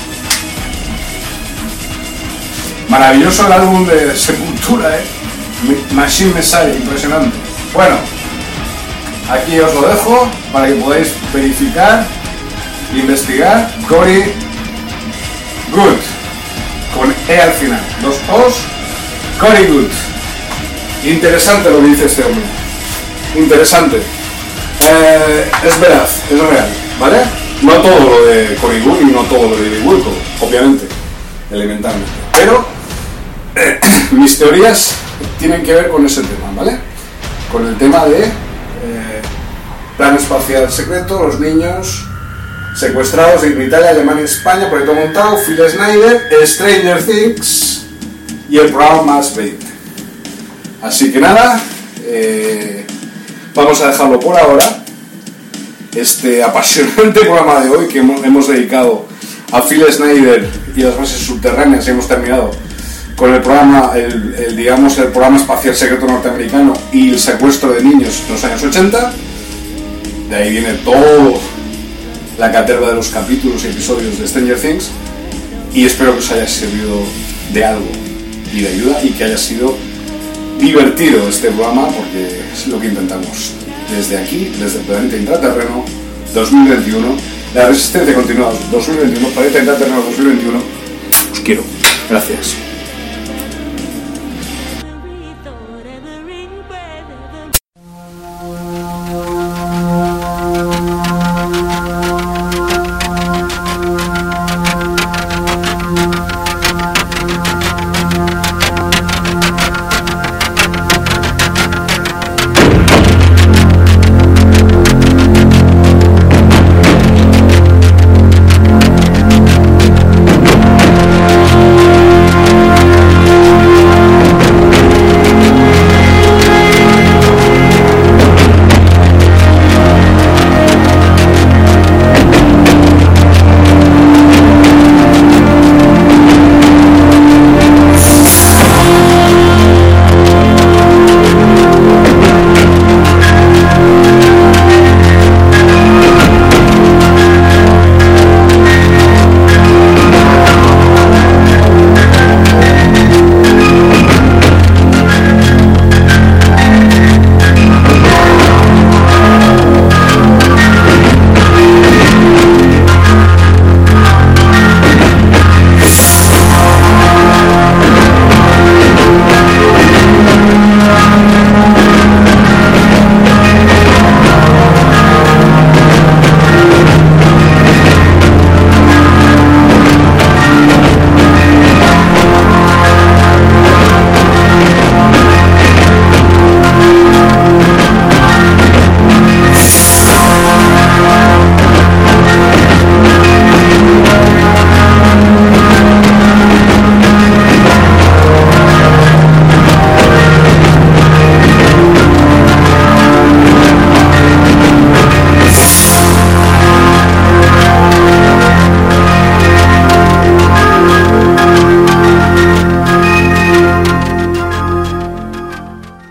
Maravilloso el álbum de Sepultura, Machine Messiah, impresionante. Bueno, aquí os lo dejo para que podáis verificar, investigar. Cory Good, con E al final, 2 O's, Cory Good. Interesante lo que dice este hombre. Interesante. Es veraz, es real, ¿vale? No todo lo de Cory Good y no todo lo de David Wilcock, obviamente, elementalmente. Pero mis teorías tienen que ver con ese tema, ¿vale? Con el tema de plan espacial secreto, los niños secuestrados en Italia, Alemania, España, proyecto montado, Phil Snyder, Stranger Things y el programa Más 20. Así que nada, vamos a dejarlo por ahora. Este apasionante programa de hoy que hemos dedicado a Phil Snyder y las bases subterráneas, y hemos terminado con el programa, el programa espacial secreto norteamericano y el secuestro de niños en los años 80. De ahí viene todo la caterva de los capítulos y episodios de Stranger Things, y espero que os haya servido de algo y de ayuda, y que haya sido divertido este programa, porque es lo que intentamos desde aquí, desde el planeta intraterreno 2021, la resistencia continua 2021, planeta intraterreno 2021. Os quiero, gracias.